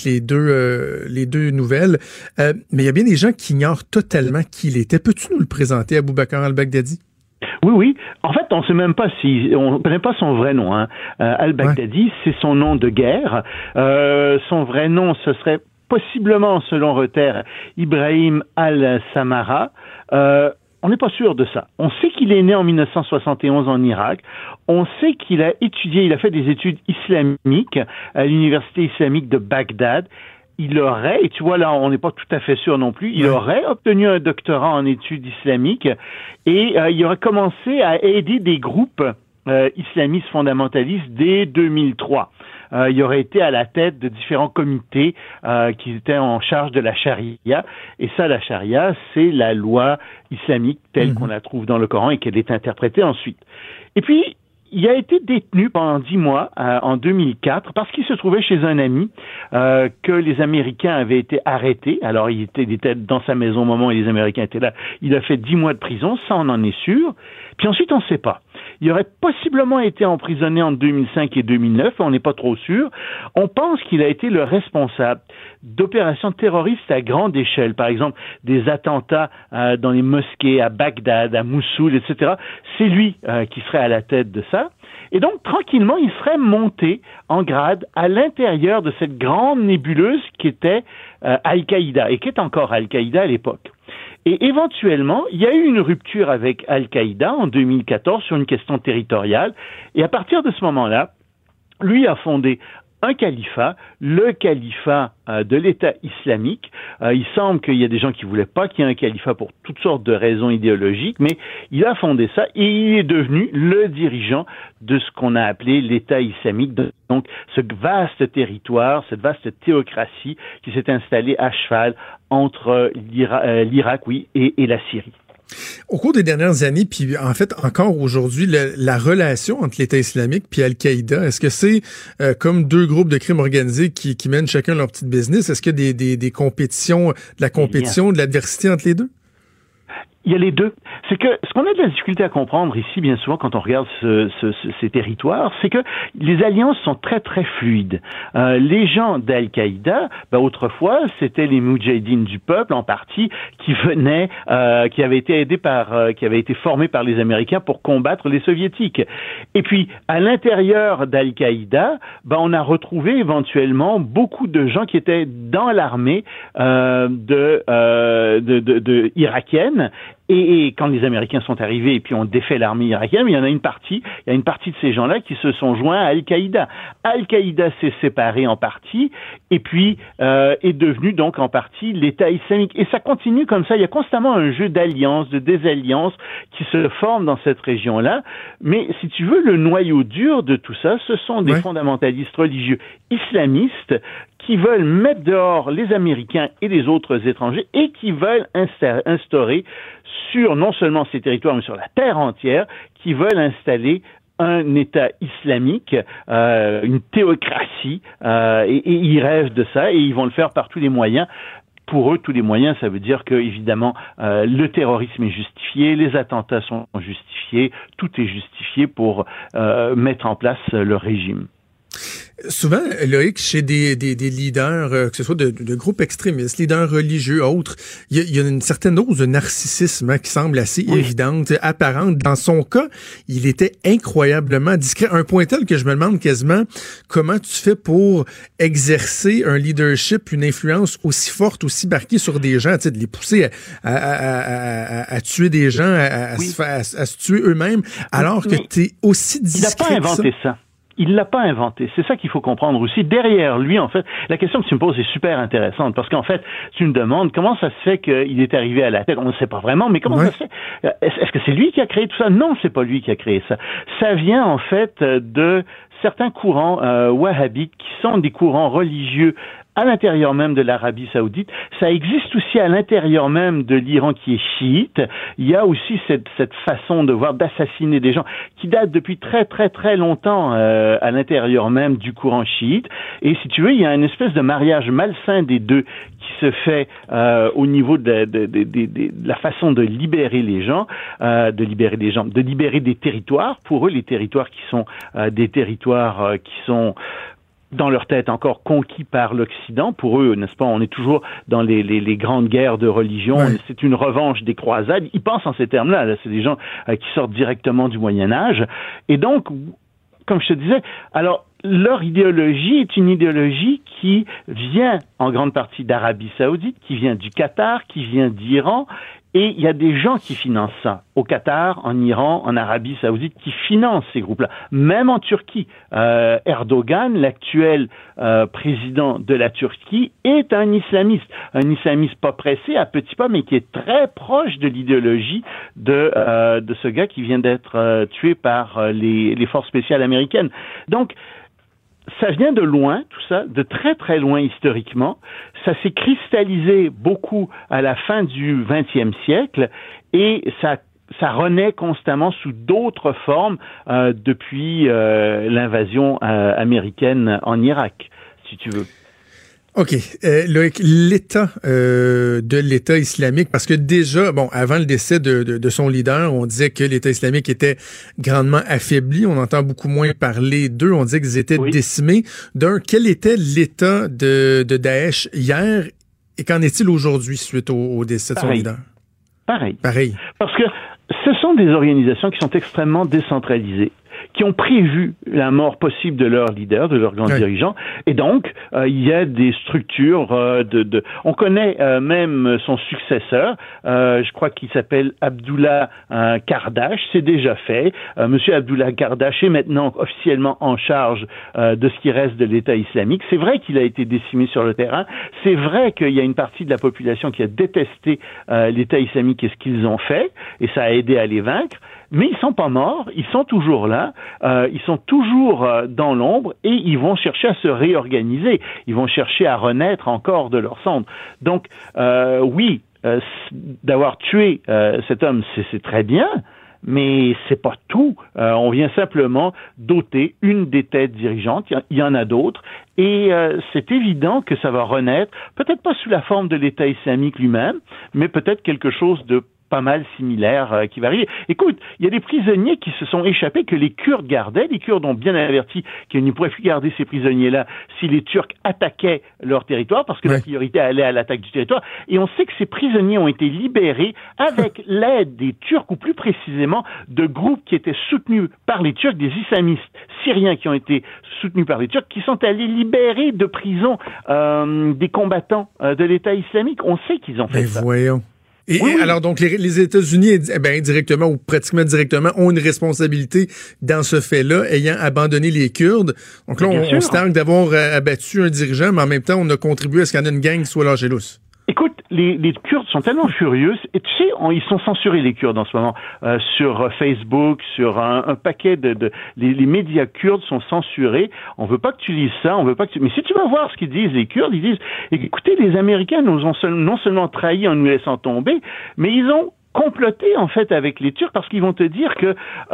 D: les deux nouvelles. Mais il y a bien des gens qui ignorent totalement qui il était. Peux-tu nous le présenter, Abu Bakr al-Baghdadi?
J: Oui. En fait, on ne connaît pas son vrai nom. Al-Baghdadi, c'est son nom de guerre. Son vrai nom, ce serait possiblement, selon Reuters, Ibrahim al-Samara. On n'est pas sûr de ça. On sait qu'il est né en 1971 en Irak. On sait qu'il il a fait des études islamiques à l'université islamique de Bagdad. Il aurait, et tu vois là, on n'est pas tout à fait sûr non plus, il aurait obtenu un doctorat en études islamiques et il aurait commencé à aider des groupes islamistes fondamentalistes dès 2003. Il aurait été à la tête de différents comités qui étaient en charge de la charia. Et ça, la charia, c'est la loi islamique telle qu'on la trouve dans le Coran et qu'elle est interprétée ensuite. Et puis, il a été détenu pendant 10 mois en 2004 parce qu'il se trouvait chez un ami que les Américains avaient été arrêtés. Alors, il était dans sa maison au moment où les Américains étaient là. Il a fait 10 mois de prison, ça on en est sûr. Puis ensuite, on ne sait pas. Il aurait possiblement été emprisonné en 2005 et 2009, on n'est pas trop sûr. On pense qu'il a été le responsable d'opérations terroristes à grande échelle, par exemple des attentats dans les mosquées à Bagdad, à Mossoul, etc. C'est lui qui serait à la tête de ça. Et donc, tranquillement, il serait monté en grade à l'intérieur de cette grande nébuleuse qui était Al-Qaïda, et qui est encore Al-Qaïda à l'époque. Et éventuellement, il y a eu une rupture avec Al-Qaïda en 2014 sur une question territoriale. Et à partir de ce moment-là, lui a fondé un califat, le califat de l'État islamique. Il semble qu'il y a des gens qui voulaient pas qu'il y ait un califat pour toutes sortes de raisons idéologiques, mais il a fondé ça et il est devenu le dirigeant de ce qu'on a appelé l'État islamique. Donc, ce vaste territoire, cette vaste théocratie qui s'est installée à cheval entre l'Irak, et la Syrie.
D: Au cours des dernières années, puis en fait encore aujourd'hui, la relation entre l'État islamique puis Al-Qaïda, est-ce que c'est comme deux groupes de crimes organisés qui mènent chacun leur petit business? Est-ce qu'il y a des compétitions, de la compétition, de l'adversité entre les deux?
J: Il y a les deux. C'est que ce qu'on a de la difficulté à comprendre ici, bien souvent, quand on regarde ces territoires, c'est que les alliances sont très, très fluides. Les gens d'Al-Qaïda, autrefois, c'était les Moudjahidines du peuple, en partie, qui venaient, qui avaient été formés par les Américains pour combattre les Soviétiques. Et puis, à l'intérieur d'Al-Qaïda, on a retrouvé éventuellement beaucoup de gens qui étaient dans l'armée irakienne. Et quand les Américains sont arrivés et puis ont défait l'armée irakienne, il y a une partie de ces gens-là qui se sont joints à Al-Qaïda. Al-Qaïda s'est séparé en partie et puis est devenu donc en partie l'État islamique. Et ça continue comme ça. Il y a constamment un jeu d'alliances, de désalliances qui se forment dans cette région-là. Mais si tu veux, le noyau dur de tout ça, ce sont des fondamentalistes religieux islamistes qui veulent mettre dehors les Américains et les autres étrangers et qui veulent instaurer sur non seulement ces territoires, mais sur la terre entière, qui veulent installer un État islamique, une théocratie, et ils rêvent de ça et ils vont le faire par tous les moyens. Pour eux, tous les moyens, ça veut dire que, évidemment, le terrorisme est justifié, les attentats sont justifiés, tout est justifié pour mettre en place le régime.
D: Souvent, Loïc, chez des leaders, que ce soit de groupes extrémistes, leaders religieux, autres, il y a une certaine dose de narcissisme qui semble assez évidente, apparente. Dans son cas, il était incroyablement discret, un point tel que je me demande quasiment comment tu fais pour exercer un leadership, une influence aussi forte, aussi marquée sur des gens, tu sais, de les pousser à tuer des gens, à se tuer eux-mêmes, alors que tu es aussi discret.
J: Il n'a pas inventé ça. Il l'a pas inventé. C'est ça qu'il faut comprendre aussi. Derrière lui, en fait, la question que tu me poses est super intéressante parce qu'en fait, tu me demandes comment ça se fait qu'il est arrivé à la tête. On ne sait pas vraiment, mais comment ça se fait? Est-ce que c'est lui qui a créé tout ça? Non, c'est pas lui qui a créé ça. Ça vient, en fait, de certains courants wahhabites qui sont des courants religieux à l'intérieur même de l'Arabie Saoudite. Ça existe aussi à l'intérieur même de l'Iran qui est chiite. Il y a aussi cette façon de voir, d'assassiner des gens qui date depuis très très très longtemps à l'intérieur même du courant chiite. Et si tu veux, il y a une espèce de mariage malsain des deux qui se fait au niveau de la façon de libérer les gens, de libérer des territoires. Pour eux, les territoires qui sont des territoires qui sont dans leur tête encore conquis par l'Occident. Pour eux, n'est-ce pas, on est toujours dans les grandes guerres de religion. C'est une revanche des croisades. Ils pensent en ces termes-là. Là, c'est des gens qui sortent directement du Moyen-Âge. Et donc, comme je te disais, alors, leur idéologie est une idéologie qui vient en grande partie d'Arabie Saoudite, qui vient du Qatar, qui vient d'Iran. Et il y a des gens qui financent ça. Au Qatar, en Iran, en Arabie Saoudite, qui financent ces groupes-là. Même en Turquie. Erdogan, l'actuel président de la Turquie, est un islamiste. Un islamiste pas pressé, à petits pas, mais qui est très proche de l'idéologie de ce gars qui vient d'être tué par les forces spéciales américaines. Donc, ça vient de loin, tout ça, de très très loin historiquement. Ça s'est cristallisé beaucoup à la fin du XXe siècle et ça renaît constamment sous d'autres formes depuis l'invasion américaine en Irak, si tu veux.
D: OK. Loïc, l'état de l'État islamique, parce que déjà, bon, avant le décès de son leader, on disait que l'État islamique était grandement affaibli. On entend beaucoup moins parler d'eux. On disait qu'ils étaient décimés. Quel était l'état de Daesh hier et qu'en est-il aujourd'hui suite au décès de son leader?
J: Pareil. Parce que ce sont des organisations qui sont extrêmement décentralisées. qui ont prévu la mort possible de leur leader, de leur grand dirigeant. Et donc, il y a des structures on connaît même son successeur, je crois qu'il s'appelle Abdullah Kardash, c'est déjà fait. Monsieur Abdullah Kardash est maintenant officiellement en charge de ce qui reste de l'État islamique. C'est vrai qu'il a été décimé sur le terrain. C'est vrai qu'il y a une partie de la population qui a détesté l'État islamique et ce qu'ils ont fait, et ça a aidé à les vaincre. Mais ils sont pas morts, ils sont toujours là, ils sont toujours dans l'ombre et ils vont chercher à se réorganiser, ils vont chercher à renaître encore de leur cendre. Donc, oui, d'avoir tué cet homme, c'est très bien, mais c'est pas tout. On vient simplement d'ôter une des têtes dirigeantes, il y en a d'autres, et c'est évident que ça va renaître, peut-être pas sous la forme de l'État islamique lui-même, mais peut-être quelque chose de pas mal similaire qui va arriver. Écoute, il y a des prisonniers qui se sont échappés que les Kurdes gardaient. Les Kurdes ont bien averti qu'ils ne pourraient plus garder ces prisonniers-là si les Turcs attaquaient leur territoire, parce que la priorité allait à l'attaque du territoire. Et on sait que ces prisonniers ont été libérés avec l'aide des Turcs, ou plus précisément de groupes qui étaient soutenus par les Turcs, des islamistes syriens qui ont été soutenus par les Turcs, qui sont allés libérer de prison des combattants de l'État islamique. On sait qu'ils ont fait ça.
D: Voyons. Et alors, donc, les États-Unis, directement ou pratiquement directement, ont une responsabilité dans ce fait-là, ayant abandonné les Kurdes. Donc là, on se targue d'avoir abattu un dirigeant, mais en même temps, on a contribué à ce qu'il y en ait une gang qui soit lâchée lousse.
J: Écoute, les Kurdes sont tellement furieux, et tu sais, ils sont censurés, les Kurdes, en ce moment, sur Facebook, sur un paquet les médias kurdes sont censurés. On veut pas que tu lises ça, mais si tu vas voir ce qu'ils disent, les Kurdes, ils disent, écoutez, les Américains nous ont non seulement trahis en nous laissant tomber, mais ils ont comploter en fait avec les Turcs, parce qu'ils vont te dire que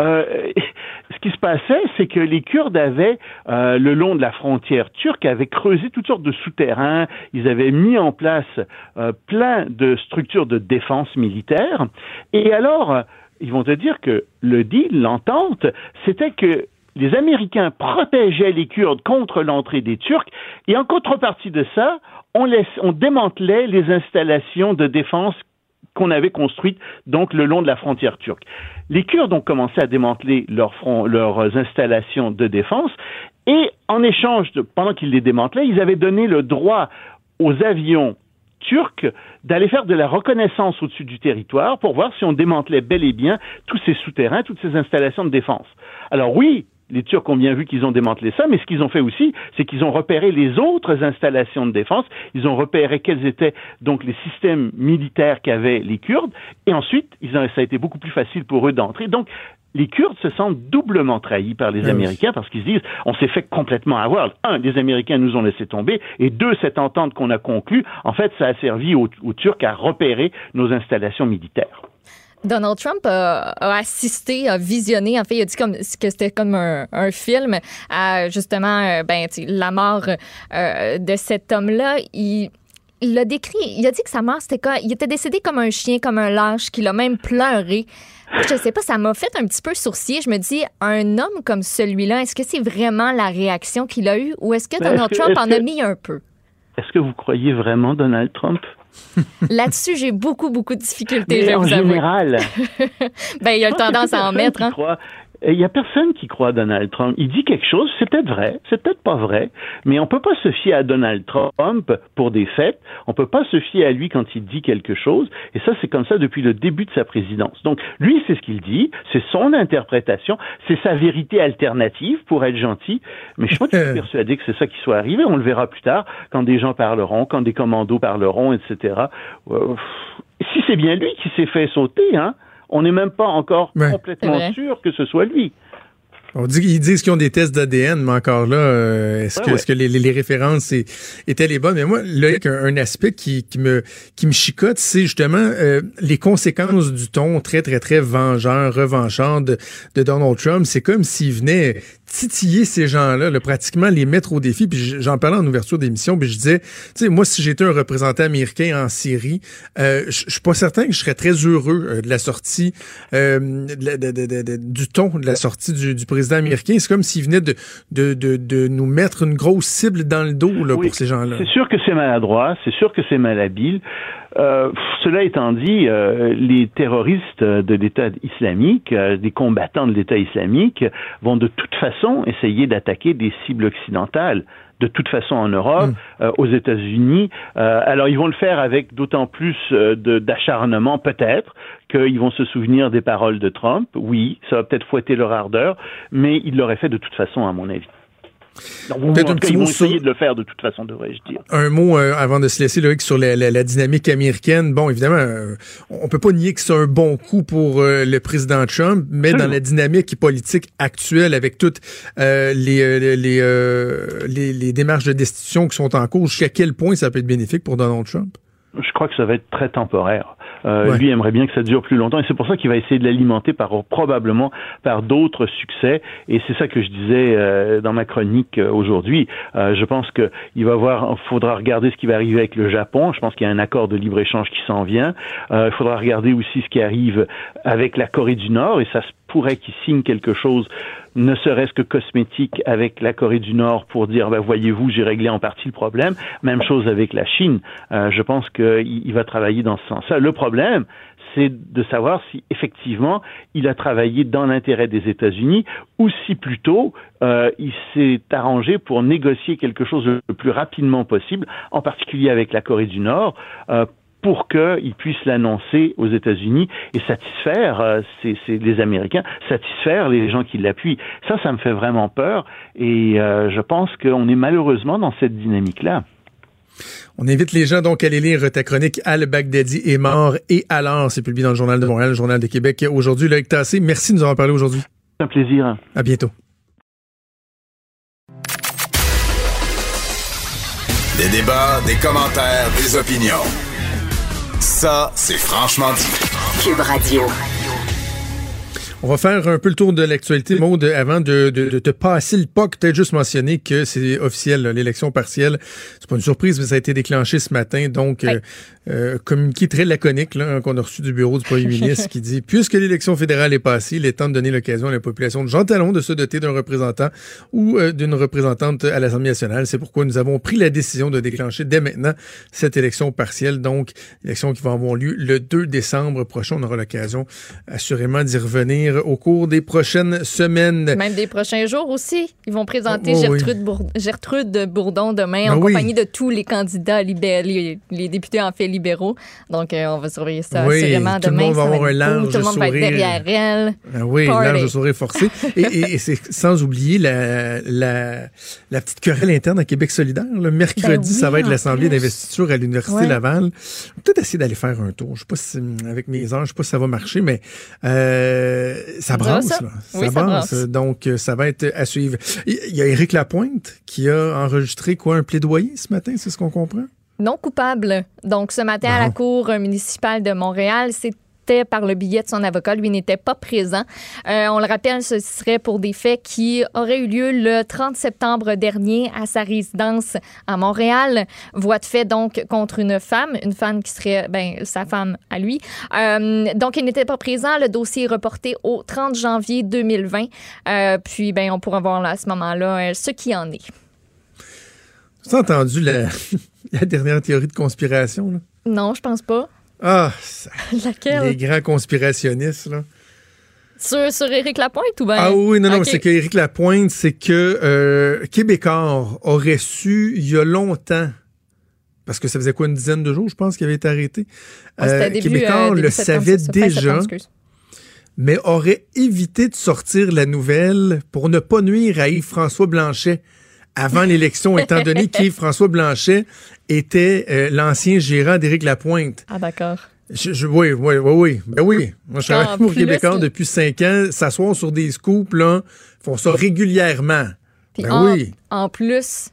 J: ce qui se passait, c'est que les Kurdes avaient, le long de la frontière turque, avaient creusé toutes sortes de souterrains, ils avaient mis en place plein de structures de défense militaire, et alors, ils vont te dire que le deal, l'entente, c'était que les Américains protégeaient les Kurdes contre l'entrée des Turcs, et en contrepartie de ça, on démantelait les installations de défense qu'on avait construite donc le long de la frontière turque. Les Kurdes ont commencé à démanteler leurs installations de défense, et en échange, pendant qu'ils les démantelaient, ils avaient donné le droit aux avions turcs d'aller faire de la reconnaissance au-dessus du territoire pour voir si on démantelait bel et bien tous ces souterrains, toutes ces installations de défense. Alors oui, les Turcs ont bien vu qu'ils ont démantelé ça, mais ce qu'ils ont fait aussi, c'est qu'ils ont repéré les autres installations de défense, ils ont repéré quels étaient donc les systèmes militaires qu'avaient les Kurdes, et ensuite, ça a été beaucoup plus facile pour eux d'entrer. Donc, les Kurdes se sentent doublement trahis par les Américains, parce qu'ils se disent, on s'est fait complètement avoir. Un, les Américains nous ont laissé tomber, et deux, cette entente qu'on a conclue, en fait, ça a servi aux Turcs à repérer nos installations militaires.
E: Donald Trump a assisté, a visionné, en fait, il a dit que c'était comme un film à justement la mort de cet homme-là. Il l'a décrit, il a dit que sa mort, il était décédé comme un chien, comme un lâche, qu'il a même pleuré. Je sais pas, ça m'a fait un petit peu sourciller. Je me dis, un homme comme celui-là, est-ce que c'est vraiment la réaction qu'il a eue, ou est-ce que Donald Trump en a mis un peu?
J: Est-ce que vous croyez vraiment Donald Trump?
E: Là-dessus, j'ai beaucoup de difficultés,
J: mais
E: je vais vous avouer.
J: En général.
E: Il y a tendance à en mettre. Hein?
J: Il n'y a personne qui croit à Donald Trump. Il dit quelque chose, c'est peut-être vrai, c'est peut-être pas vrai, mais on peut pas se fier à Donald Trump pour des faits. On peut pas se fier à lui quand il dit quelque chose. Et ça, c'est comme ça depuis le début de sa présidence. Donc, lui, c'est ce qu'il dit, c'est son interprétation, c'est sa vérité alternative, pour être gentil. Mais je suis pas persuadé que c'est ça qui soit arrivé. On le verra plus tard, quand des gens parleront, quand des commandos parleront, etc. Si c'est bien lui qui s'est fait sauter, hein, on n'est même pas encore complètement sûr que ce soit lui.
D: On dit qu'ils disent qu'ils ont des tests d'ADN, mais encore là, est-ce que les références étaient les bonnes? Mais moi, là, un aspect qui me chicote, c'est justement les conséquences du ton très, très, très vengeur, revanchard de Donald Trump. C'est comme s'il venait titiller ces gens-là, là, pratiquement les mettre au défi. Puis j'en parlais en ouverture d'émission, puis je disais, tu sais, moi, si j'étais un représentant américain en Syrie, je suis pas certain que je serais très heureux de la sortie, du ton de la sortie du président américain. C'est comme s'il venait de nous mettre une grosse cible dans le dos là, pour ces gens-là.
J: C'est sûr que c'est maladroit, c'est sûr que c'est malhabile. Cela étant dit, les terroristes de l'État islamique, des combattants de l'État islamique, vont de toute façon essayer d'attaquer des cibles occidentales. De toute façon en Europe, aux États-Unis. Alors ils vont le faire avec d'autant plus d'acharnement peut-être qu'ils vont se souvenir des paroles de Trump. Oui, ça va peut-être fouetter leur ardeur, mais ils l'auraient fait de toute façon à mon avis. Donc, en tout cas, ils vont essayer de le faire de toute façon, devrais-je dire.
D: Un mot avant de se laisser Loïc, sur la dynamique américaine. Bon, évidemment, on peut pas nier que c'est un bon coup pour le président Trump, mais dans la dynamique politique actuelle, avec toutes les démarches de destitution qui sont en cours, jusqu'à quel point ça peut être bénéfique pour Donald Trump?
J: Je crois que ça va être très temporaire. Lui aimerait bien que ça dure plus longtemps et c'est pour ça qu'il va essayer de l'alimenter probablement par d'autres succès et c'est ça que je disais dans ma chronique aujourd'hui. Je pense que faudra regarder ce qui va arriver avec le Japon. Je pense qu'il y a un accord de libre-échange qui s'en vient. Il faudra regarder aussi ce qui arrive avec la Corée du Nord et ça se pourrait qu'il signe quelque chose, ne serait-ce que cosmétique avec la Corée du Nord pour dire, voyez-vous, j'ai réglé en partie le problème. Même chose avec la Chine. Je pense qu'il va travailler dans ce sens-là. Le problème, c'est de savoir si effectivement il a travaillé dans l'intérêt des États-Unis ou si plutôt il s'est arrangé pour négocier quelque chose le plus rapidement possible, en particulier avec la Corée du Nord, pour qu'ils puissent l'annoncer aux États-Unis et satisfaire les Américains, satisfaire les gens qui l'appuient. Ça me fait vraiment peur et je pense qu'on est malheureusement dans cette dynamique-là.
D: On invite les gens donc à aller lire ta chronique « Al-Baghdadi est mort et alors ». C'est publié dans le Journal de Montréal, le Journal de Québec. Aujourd'hui, Loïc Tassé, merci de nous avoir parlé aujourd'hui.
J: C'est un plaisir.
D: À bientôt.
A: Des débats, des commentaires, des opinions. Ça, c'est franchement dit.
K: Cube Radio.
D: On va faire un peu le tour de l'actualité, Maud, avant de te passer le POC. Peut-être juste mentionner que c'est officiel, là, l'élection partielle. C'est pas une surprise, mais ça a été déclenché ce matin. Donc, communiqué très laconique là, qu'on a reçu du bureau du premier ministre qui dit « Puisque l'élection fédérale est passée, il est temps de donner l'occasion à la population de Jean Talon de se doter d'un représentant ou d'une représentante à l'Assemblée nationale. C'est pourquoi nous avons pris la décision de déclencher dès maintenant cette élection partielle. Donc, élection qui va avoir lieu le 2 décembre prochain. On aura l'occasion assurément d'y revenir au cours des prochaines semaines.
E: Même des prochains jours aussi. Ils vont présenter Gertrude Bourdon demain en compagnie de tous les candidats les députés en fait libéraux. Donc, on va surveiller ça assurément
D: tout
E: demain.
D: Le monde va avoir un large
E: tout le monde
D: sourire.
E: va être derrière elle.
D: Oui, large sourire forcé. et c'est sans oublier la petite querelle interne à Québec solidaire. Le mercredi, ça va être l'Assemblée d'investiture à l'Université Laval. Je vais peut-être essayer d'aller faire un tour. Je sais pas si, avec mes heures, je sais pas si ça va marcher, mais ça brasse, là. Ça brasse. Donc, ça va être à suivre. Il y a Éric Lapointe qui a enregistré un plaidoyer ce matin, c'est ce qu'on comprend?
E: Non coupable. Donc, ce matin, à la Cour municipale de Montréal, c'était par le biais de son avocat. Lui n'était pas présent. On le rappelle, ce serait pour des faits qui auraient eu lieu le 30 septembre dernier à sa résidence à Montréal. Voie de fait, donc, contre une femme qui serait sa femme à lui. Donc, il n'était pas présent. Le dossier est reporté au 30 janvier 2020. Puis, on pourra voir là, à ce moment-là ce qui en est.
D: Tu as entendu la dernière théorie de conspiration, là?
E: Non, je pense pas.
D: Ah,
E: laquelle?
D: Les grands conspirationnistes, là.
E: Sur Éric Lapointe ou bien?
D: Ah oui, non, c'est qu'Éric Lapointe, c'est que Québécois aurait su il y a longtemps, parce que ça faisait une dizaine de jours, je pense, qu'il avait été arrêté. Québécois le savait déjà, mais aurait évité de sortir la nouvelle pour ne pas nuire à Yves-François Blanchet avant l'élection, étant donné qu'Yves-François Blanchet était l'ancien gérant d'Éric Lapointe.
E: Ah, d'accord.
D: Oui. Ben oui. Moi, je travaille pour Québécois depuis 5 ans. S'asseoir sur des scoops, là, font ça régulièrement.
E: Puis
D: oui.
E: En plus,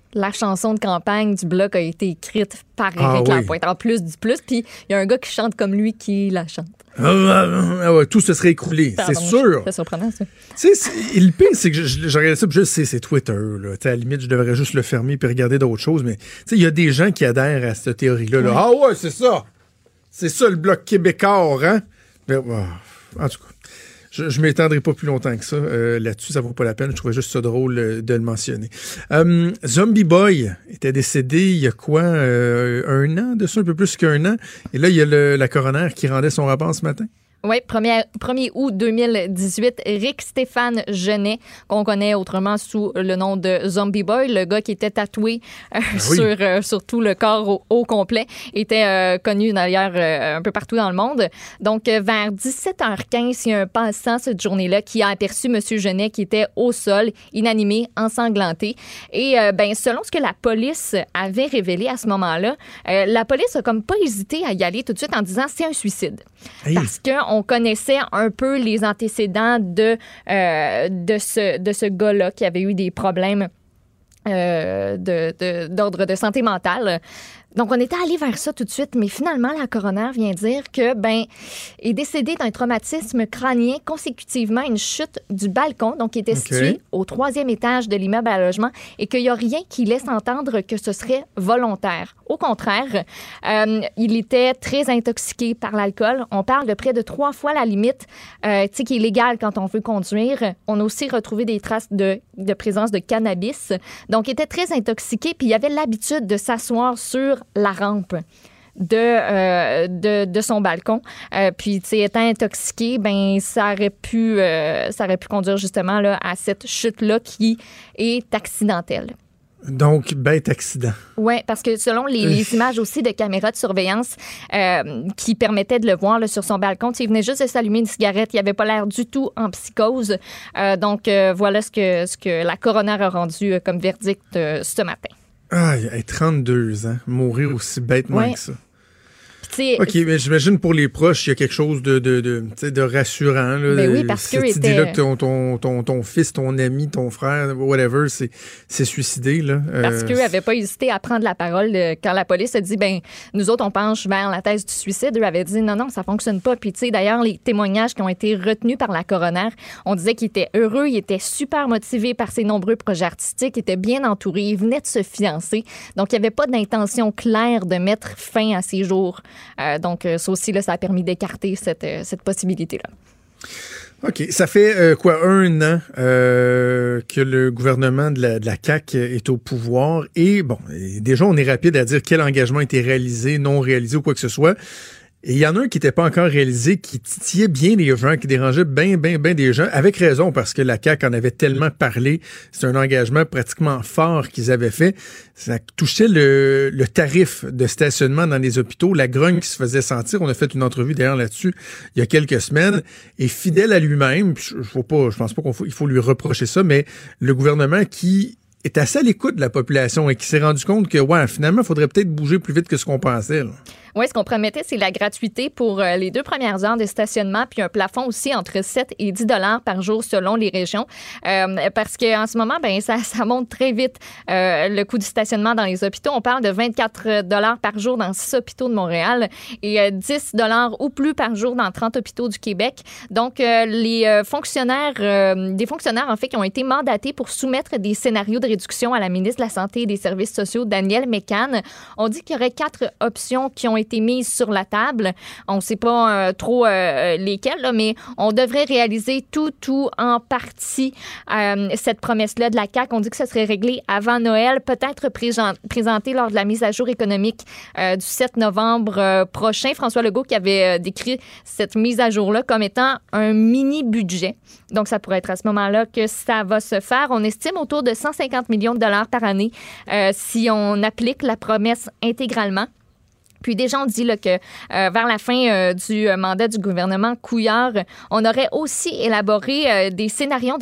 E: la chanson de campagne du Bloc a été écrite par Éric Lapointe, en plus du plus. Puis il y a un gars qui chante comme lui qui la chante.
D: Tout se serait écroulé, c'est sûr.
E: C'est surprenant, ça.
D: Le pire, c'est que je regardais ça, puis c'est Twitter. Là. À la limite, je devrais juste le fermer puis regarder d'autres choses. Mais il y a des gens qui adhèrent à cette théorie-là. Là. Ah ouais, c'est ça. C'est ça le Bloc québécois, hein? Mais, en tout cas. Je m'étendrai pas plus longtemps que ça. Là-dessus, ça vaut pas la peine. Je trouvais juste ça drôle de le mentionner. Zombie Boy était décédé il y a quoi? 1 an de ça, un peu plus qu'1 an. Et là, il y a la coroner qui rendait son rapport ce matin.
E: Oui, 1er août 2018, Rick Stéphane Genet, qu'on connaît autrement sous le nom de Zombie Boy, le gars qui était tatoué sur tout le corps au complet, était connu d'ailleurs un peu partout dans le monde. Donc, vers 17h15, il y a un passant cette journée-là qui a aperçu M. Genet qui était au sol, inanimé, ensanglanté. Et selon ce que la police avait révélé à ce moment-là, la police a comme pas hésité à y aller tout de suite en disant c'est un suicide. Hey. Parce qu'on connaissait un peu les antécédents de ce gars-là qui avait eu des problèmes d'ordre de santé mentale. Donc, on était allé vers ça tout de suite, mais finalement, la coroner vient dire que, est décédé d'un traumatisme crânien consécutivement à une chute du balcon, donc qui était situé au 3e étage de l'immeuble à logement, et qu'il n'y a rien qui laisse entendre que ce serait volontaire. Au contraire, il était très intoxiqué par l'alcool. On parle de près de 3 fois la limite, qui est légale quand on veut conduire. On a aussi retrouvé des traces de présence de cannabis. Donc, il était très intoxiqué, puis il avait l'habitude de s'asseoir sur la rampe de son balcon. Puis, tu sais, étant intoxiqué, ça aurait pu conduire justement là, à cette chute-là qui est accidentelle.
D: Donc, bête accident.
E: Oui, parce que selon les images aussi de caméras de surveillance qui permettaient de le voir là, sur son balcon, il venait juste de s'allumer une cigarette. Il n'avait pas l'air du tout en psychose. Donc, voilà ce que la coroner a rendu comme verdict ce matin.
D: Ah, il a 32 ans. Mourir aussi bêtement que ça. OK, mais j'imagine pour les proches, il y a quelque chose de rassurant. Là,
E: oui, parce que
D: cette idée-là que ton fils, ton ami, ton frère, whatever, c'est suicidé. Là.
E: Parce qu'eux n'avaient pas hésité à prendre la parole quand la police a dit, nous autres, on penche vers la thèse du suicide. Eux avaient dit, non, ça fonctionne pas. Puis, tu sais, d'ailleurs, les témoignages qui ont été retenus par la coroner, on disait qu'il était heureux, il était super motivé par ses nombreux projets artistiques, il était bien entouré, il venait de se fiancer. Donc, il n'y avait pas d'intention claire de mettre fin à ses jours. Donc, ça aussi, là, ça a permis d'écarter cette possibilité-là.
D: OK. Ça fait 1 an que le gouvernement de la CAQ est au pouvoir. Et déjà, on est rapide à dire quel engagement a été réalisé, non réalisé ou quoi que ce soit. Et il y en a un qui n'était pas encore réalisé, qui titillait bien les gens, qui dérangeait bien des gens, avec raison, parce que la CAQ en avait tellement parlé. C'est un engagement pratiquement fort qu'ils avaient fait. Ça touchait le tarif de stationnement dans les hôpitaux, la grogne qui se faisait sentir. On a fait une entrevue d'ailleurs là-dessus il y a quelques semaines. Et fidèle à lui-même, je pense pas qu'il faut lui reprocher ça, mais le gouvernement qui est assez à l'écoute de la population et qui s'est rendu compte que, finalement, il faudrait peut-être bouger plus vite que ce qu'on pensait, là.
E: Oui, ce qu'on promettait, c'est la gratuité pour les 2 premières heures de stationnement, puis un plafond aussi entre 7 et 10 $ par jour selon les régions. Parce qu'en ce moment, ça monte très vite le coût du stationnement dans les hôpitaux. On parle de 24 $ par jour dans 6 hôpitaux de Montréal et 10 $ ou plus par jour dans 30 hôpitaux du Québec. Donc, des fonctionnaires, en fait, qui ont été mandatés pour soumettre des scénarios de réduction à la ministre de la Santé et des Services sociaux, Danielle Mécan. On dit qu'il y aurait 4 options qui ont été mises sur la table. On ne sait pas trop lesquelles, là, mais on devrait réaliser tout en partie cette promesse-là de la CAQ. On dit que ça serait réglé avant Noël, peut-être présenté lors de la mise à jour économique du 7 novembre prochain. François Legault qui avait décrit cette mise à jour-là comme étant un mini-budget. Donc, ça pourrait être à ce moment-là que ça va se faire. On estime autour de 150 millions de dollars par année si on applique la promesse intégralement. Puis déjà, on dit là, que vers la fin du mandat du gouvernement Couillard, on aurait aussi élaboré des scénarios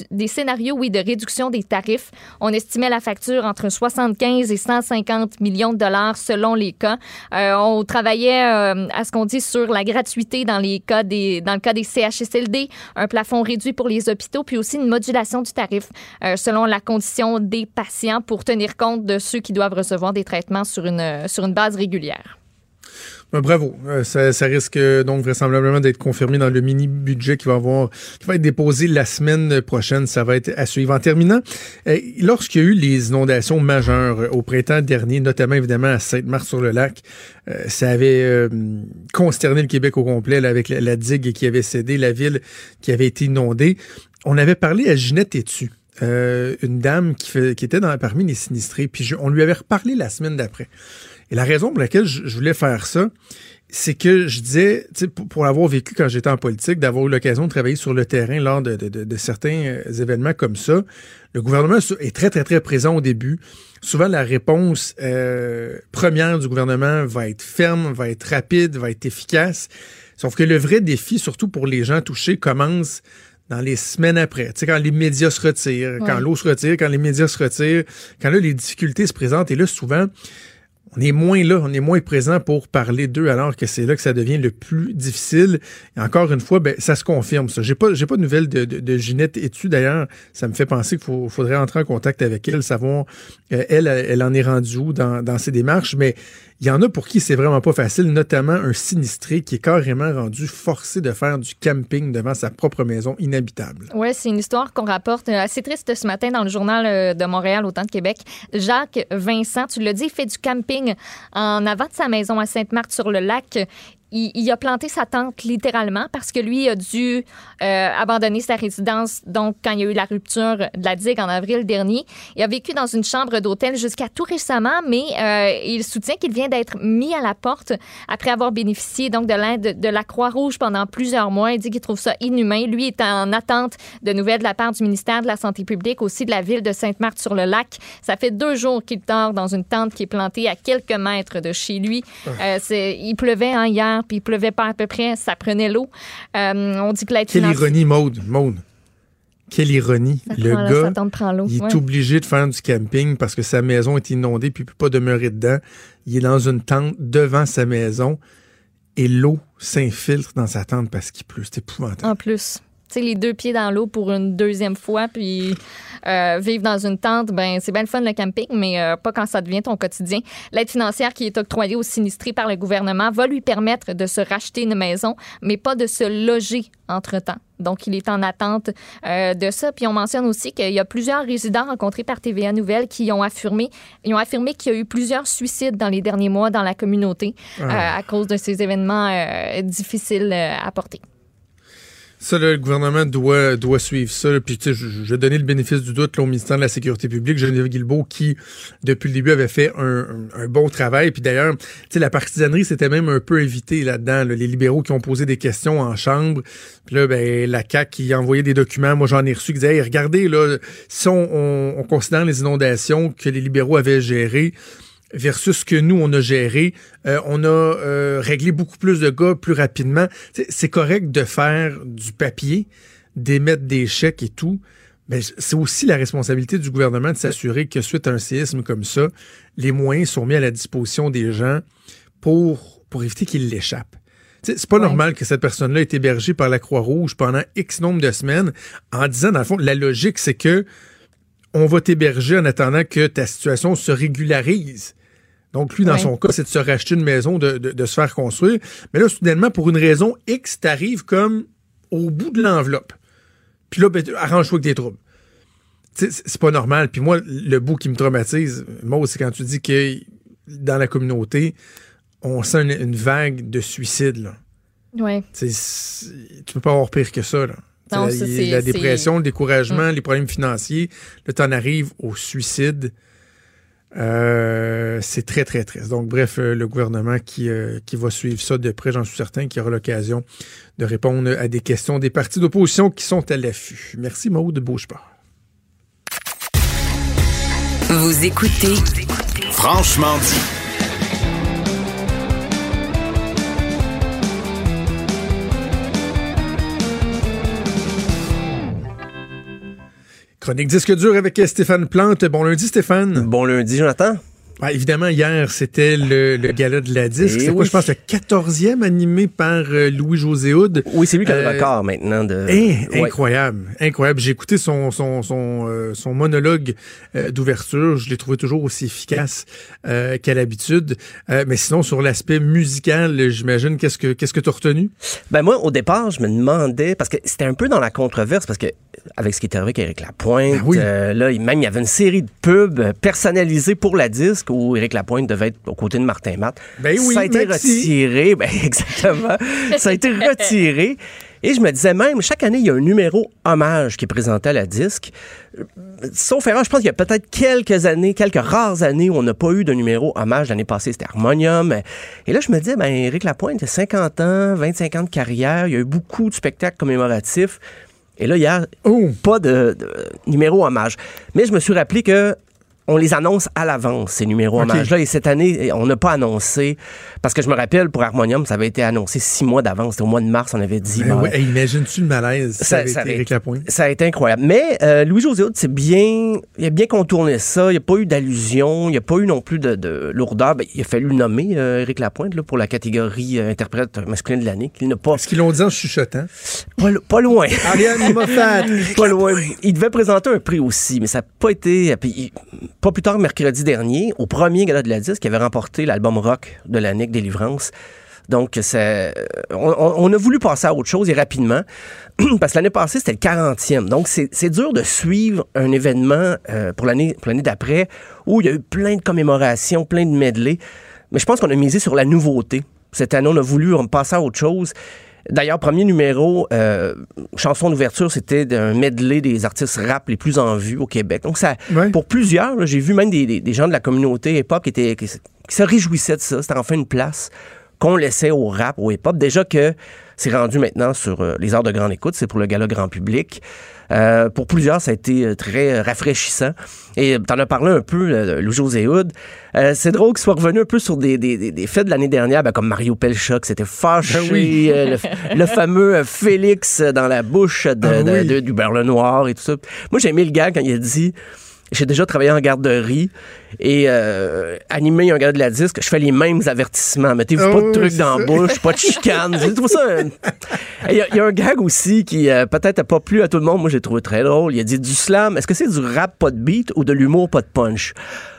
E: de réduction des tarifs. On estimait la facture entre 75 et 150 millions de dollars selon les cas. On travaillait à ce qu'on dit sur la gratuité dans le cas des CHSLD, un plafond réduit pour les hôpitaux, puis aussi une modulation du tarif selon la condition des patients pour tenir compte de ceux qui doivent recevoir des traitements sur une base régulière.
D: Bravo. Ça risque donc vraisemblablement d'être confirmé dans le mini-budget qui va être déposé la semaine prochaine. Ça va être à suivre. En terminant, lorsqu'il y a eu les inondations majeures au printemps dernier, notamment évidemment à Sainte-Marthe-sur-le-Lac, ça avait consterné le Québec au complet là, avec la digue qui avait cédé, la ville qui avait été inondée. On avait parlé à Ginette Etu, une dame qui était parmi les sinistrés, puis on lui avait reparlé la semaine d'après. Et la raison pour laquelle je voulais faire ça, c'est que je disais, pour l'avoir vécu quand j'étais en politique, d'avoir eu l'occasion de travailler sur le terrain lors de certains événements comme ça, le gouvernement est très, très, très présent au début. Souvent, la réponse première du gouvernement va être ferme, va être rapide, va être efficace. Sauf que le vrai défi, surtout pour les gens touchés, commence dans les semaines après. Tu sais, quand les médias se retirent, quand l'eau se retire, quand les médias se retirent, quand là, les difficultés se présentent. Et là, souvent, on est moins présent pour parler d'eux, alors que c'est là que ça devient le plus difficile. Et encore une fois, ça se confirme, ça. J'ai pas de nouvelles de Ginette Etu, d'ailleurs. Ça me fait penser qu'il faudrait entrer en contact avec elle, savoir, elle en est rendue où dans ses démarches, mais il y en a pour qui c'est vraiment pas facile, notamment un sinistré qui est carrément rendu forcé de faire du camping devant sa propre maison inhabitable.
E: Oui, c'est une histoire qu'on rapporte assez triste ce matin dans le Journal de Montréal, au Temps de Québec. Jacques Vincent, tu l'as dit, il fait du camping en avant de sa maison à Sainte-Marthe-sur-le-Lac. Il a planté sa tente littéralement parce que lui a dû abandonner sa résidence donc quand il y a eu la rupture de la digue en avril dernier. Il a vécu dans une chambre d'hôtel jusqu'à tout récemment, mais il soutient qu'il vient d'être mis à la porte après avoir bénéficié donc de l'aide de la Croix-Rouge pendant plusieurs mois. Il dit qu'il trouve ça inhumain. Lui est en attente de nouvelles de la part du ministère de la Santé publique, aussi de la ville de Sainte-Marthe-sur-le-Lac. Ça fait 2 jours qu'il dort dans une tente qui est plantée à quelques mètres de chez lui. Il pleuvait hier. Puis il pleuvait pas à peu près, ça prenait l'eau. On dit que l'aide financière...
D: Quelle ironie, Maude. Quelle ironie. Le gars, il est obligé de faire du camping parce que sa maison est inondée puis il peut pas demeurer dedans. Il est dans une tente devant sa maison et l'eau s'infiltre dans sa tente parce qu'il pleut. C'est épouvantable.
E: En plus... Tu sais, les 2 pieds dans l'eau pour une deuxième fois, puis vivre dans une tente, c'est bien le fun le camping, mais pas quand ça devient ton quotidien. L'aide financière qui est octroyée aux sinistrés par le gouvernement va lui permettre de se racheter une maison, mais pas de se loger entre-temps. Donc, il est en attente de ça. Puis, on mentionne aussi qu'il y a plusieurs résidents rencontrés par TVA Nouvelles qui ont affirmé qu'il y a eu plusieurs suicides dans les derniers mois dans la communauté à cause de ces événements difficiles à porter.
D: Ça, là, le gouvernement doit suivre ça. Là. Puis, tu sais, je vais donner le bénéfice du doute là, au ministère de la Sécurité publique, Geneviève Guilbeault, qui, depuis le début, avait fait un bon travail. Puis d'ailleurs, tu sais, la partisanerie s'était même un peu évitée là-dedans. Là. Les libéraux qui ont posé des questions en chambre. Puis là, la CAQ qui a envoyé des documents, moi j'en ai reçu, qui disaient, hey, regardez, là, si on considère les inondations que les libéraux avaient gérées, versus ce que nous, on a géré. On a réglé beaucoup plus de gars plus rapidement. C'est correct de faire du papier, d'émettre des chèques et tout, mais c'est aussi la responsabilité du gouvernement de s'assurer que suite à un séisme comme ça, les moyens sont mis à la disposition des gens pour éviter qu'ils l'échappent. C'est pas normal que cette personne-là ait été hébergée par la Croix-Rouge pendant X nombre de semaines en disant, dans le fond, la logique, c'est que on va t'héberger en attendant que ta situation se régularise. Donc, lui, dans son cas, c'est de se racheter une maison, de se faire construire. Mais là, soudainement, pour une raison X, t'arrives comme au bout de l'enveloppe. Puis là, arrange-toi avec tes troubles. C'est pas normal. Puis moi, le bout qui me traumatise, moi, c'est quand tu dis que dans la communauté, on sent une vague de suicides. Là.
E: Ouais.
D: Tu peux pas avoir pire que ça, là. Non, la dépression, le découragement, les problèmes financiers. Là, t'en arrives au suicide. C'est très, très triste. Donc, bref, le gouvernement qui va suivre ça de près, j'en suis certain, qui aura l'occasion de répondre à des questions des partis d'opposition qui sont à l'affût. Merci, Maude, bouge pas.
K: Vous écoutez
A: Franchement dit.
D: Chronique disque dur avec Stéphane Plante. Bon lundi, Stéphane.
K: Bon lundi, Jonathan.
D: Ah, évidemment, hier, c'était le gala de la disque. C'est quoi, je pense, le 14e animé par Louis-José Hood.
K: Oui, c'est lui qui a le record maintenant.
D: Incroyable, incroyable. J'ai écouté son monologue d'ouverture. Je l'ai trouvé toujours aussi efficace qu'à l'habitude. Mais sinon, sur l'aspect musical, j'imagine, qu'est-ce que tu as retenu?
K: Ben moi, au départ, je me demandais, parce que c'était un peu dans la controverse, parce que avec ce qui est arrivé avec Éric Lapointe, là, même il y avait une série de pubs personnalisées pour la disque, où Éric Lapointe devait être aux côtés de Martin Matt.
D: Ben oui,
K: ça a été retiré. Ben exactement. Ça a été retiré. Et je me disais même, chaque année, il y a un numéro hommage qui est présenté à la disque. Sauf erreur, je pense qu'il y a peut-être quelques rares années où on n'a pas eu de numéro hommage. L'année passée, c'était Harmonium. Et là, je me disais, Éric Lapointe, il a 50 ans, 25 ans de carrière. Il y a eu beaucoup de spectacles commémoratifs. Et là, hier, pas de numéro hommage. Mais je me suis rappelé que on les annonce à l'avance, ces numéros hommages-là. Et cette année, on n'a pas annoncé. Parce que je me rappelle, pour Harmonium, ça avait été annoncé 6 mois d'avance. C'était au mois de mars, on avait dit.
D: Imagine-tu le malaise ça avait été Éric Lapointe? Ça
K: a été incroyable. Mais Louis-José Hood, il a bien contourné ça. Il n'y a pas eu d'allusion. Il n'y a pas eu non plus de lourdeur. Il a fallu nommer Éric Lapointe là, pour la catégorie interprète masculin de l'année.
D: Est-ce qu'ils l'ont dit en chuchotant?
K: Pas loin.
D: Ariane Moffat.
K: Pas loin. Il devait présenter un prix aussi, mais ça n'a pas été... Pas plus tard, mercredi dernier, au premier gala de la disque, il avait remporté l'album rock de l'année, Délivrance. Donc, on a voulu passer à autre chose et rapidement, parce que l'année passée, c'était le 40e. Donc, c'est dur de suivre un événement pour l'année d'après où il y a eu plein de commémorations, plein de medley. Mais je pense qu'on a misé sur la nouveauté. Cette année, on a voulu passer à autre chose. D'ailleurs, premier numéro, chanson d'ouverture, c'était un medley des artistes rap les plus en vue au Québec. Donc, pour plusieurs, là, j'ai vu même des gens de la communauté hip-hop qui se réjouissaient de ça. C'était enfin une place qu'on laissait au rap, au hip-hop. Déjà que c'est rendu maintenant sur les heures de grande écoute, c'est pour le gala grand public. Pour plusieurs, ça a été très rafraîchissant. Et t'en as parlé un peu, Louis-José Hood. C'est drôle qu'il soit revenu un peu sur des faits de l'année dernière, comme Mario Pelcha, qui s'était fâché, le fameux Félix dans la bouche du Beurre Noir et tout ça. Moi, j'ai aimé le gars quand il a dit... J'ai déjà travaillé en garderie et animé un gars de la disque. Je fais les mêmes avertissements. Mettez-vous pas de trucs dans la bouche, pas de chicane. J'ai trouvé ça... Il y a un gag aussi qui peut-être n'a pas plu à tout le monde. Moi, j'ai trouvé très drôle. Il a dit du slam. Est-ce que c'est du rap pas de beat ou de l'humour pas de punch?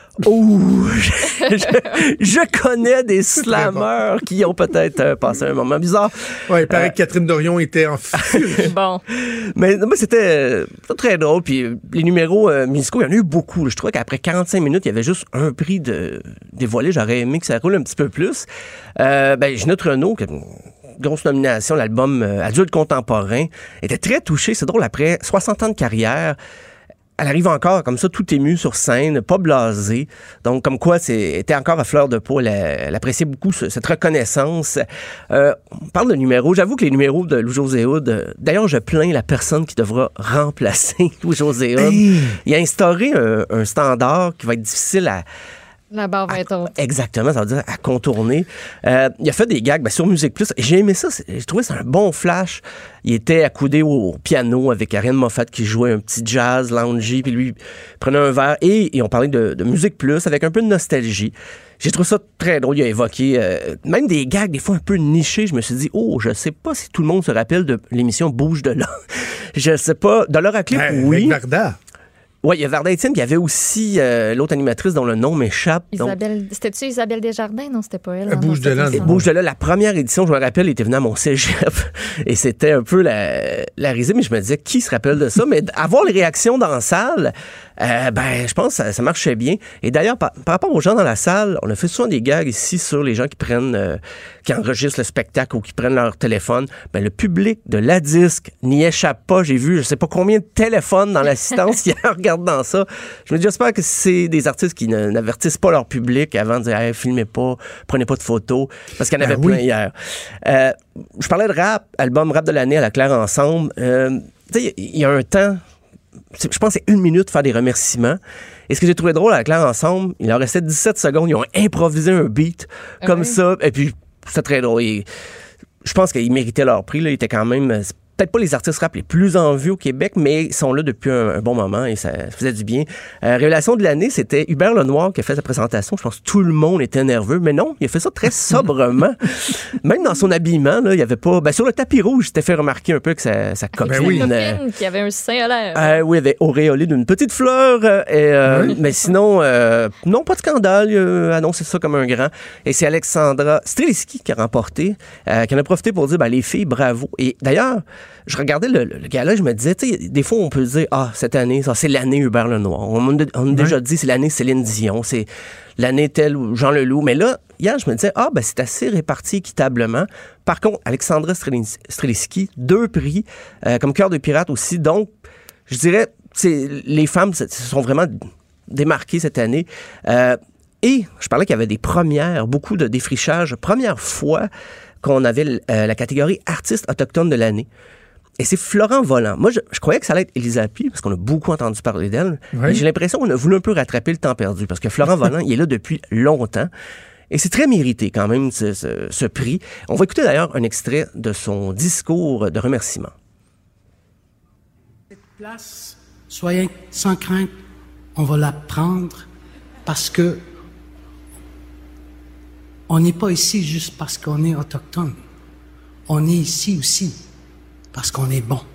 K: Je connais des slammeurs qui ont peut-être passé un moment bizarre.
D: Ouais, il paraît que Catherine Dorion était en furie.
E: Bon.
K: Mais c'était très drôle. Puis les numéros musicaux, il y en a eu beaucoup. Je trouvais qu'après 45 minutes, il y avait juste un prix dévoilé. J'aurais aimé que ça roule un petit peu plus. Ginette Renault, grosse nomination, l'album Adulte contemporain, était très touché. C'est drôle, après 60 ans de carrière, elle arrive encore comme ça, tout émue sur scène, pas blasée. Donc, comme quoi, était encore à fleur de peau. Elle appréciait beaucoup cette reconnaissance. On parle de numéros. J'avoue que les numéros de Louis-José Hood, d'ailleurs, je plains la personne qui devra remplacer Louis-José Hood. Il a instauré un standard qui va être difficile à...
E: La barre va être haute.
K: Exactement, ça veut dire à contourner. Il a fait des gags sur Musique Plus. J'ai aimé ça. J'ai trouvé ça un bon flash. Il était accoudé au piano avec Ariane Moffat qui jouait un petit jazz, loungy, puis lui prenait un verre. Et on parlait de Musique Plus avec un peu de nostalgie. J'ai trouvé ça très drôle. Il a évoqué même des gags, des fois un peu nichés. Je me suis dit, je sais pas si tout le monde se rappelle de l'émission Bouge de là. Je sais pas. De l'heure à clip, oui.
D: Avec Varda.
K: Oui, il y a Varda Étienne, puis il y avait aussi l'autre animatrice dont le nom m'échappe.
E: C'était-tu Isabelle Desjardins? Non, c'était pas elle.
D: Bouge de là.
K: Bouge de là, la première édition, je me rappelle, elle était venue à mon cégep. Et c'était un peu la risée, mais je me disais, qui se rappelle de ça? Mais avoir les réactions dans la salle, je pense que ça marchait bien. Et d'ailleurs, par rapport aux gens dans la salle, on a fait souvent des gags ici sur les gens qui enregistrent le spectacle ou qui prennent leur téléphone. Le public de la disque n'y échappe pas. J'ai vu, je sais pas combien de téléphones dans l'assistance hier, regardant ça. Je me dis, j'espère que c'est des artistes qui n'avertissent pas leur public avant de dire, filmez pas, prenez pas de photos, parce qu'il y en avait plein hier. Je parlais de rap, album rap de l'année à la Claire Ensemble. Il y a un temps, je pense que c'est 1 minute de faire des remerciements. Et ce que j'ai trouvé drôle à la Claire Ensemble, il leur restait 17 secondes, ils ont improvisé un beat comme ça, et puis c'était très drôle. Et je pense qu'ils méritaient leur prix, là. Ils étaient quand même peut-être pas les artistes rap les plus en vue au Québec, mais ils sont là depuis un bon moment et ça faisait du bien. Révélation de l'année, c'était Hubert Lenoir qui a fait sa présentation. Je pense que tout le monde était nerveux, mais non, il a fait ça très sobrement. Même dans son habillement, là, il y avait pas... sur le tapis rouge, il s'était fait remarquer un peu que sa copine...
E: copine qui avait un sein à l'air.
K: Oui, il avait auréolé d'une petite fleur. Mais sinon, non, pas de scandale. Il a annoncé ça comme un grand. Et c'est Alexandra Streliski qui a remporté, qui en a profité pour dire, les filles, bravo. Et d'ailleurs, je regardais le gala, je me disais, tu sais, des fois, on peut dire, cette année, ça, c'est l'année Hubert Lenoir. On a déjà dit, c'est l'année Céline Dion, c'est l'année telle ou Jean Leloup. Mais là, hier, je me disais, c'est assez réparti équitablement. Par contre, Alexandra Streliski, 2 prix, comme Cœur de pirate aussi. Donc, je dirais, les femmes se sont vraiment démarquées cette année. Et je parlais qu'il y avait des premières, beaucoup de défrichages. Première fois qu'on avait la catégorie artiste autochtone de l'année. Et c'est Florent Volant. Moi, je croyais que ça allait être Elisa Pi, parce qu'on a beaucoup entendu parler d'elle. Oui. Mais j'ai l'impression qu'on a voulu un peu rattraper le temps perdu, parce que Florent Volant, il est là depuis longtemps. Et c'est très mérité quand même, ce prix. On va écouter d'ailleurs un extrait de son discours de remerciement.
L: Cette place, soyez sans crainte, on va la prendre parce que on n'est pas ici juste parce qu'on est autochtone. On est ici aussi parce qu'on est bon.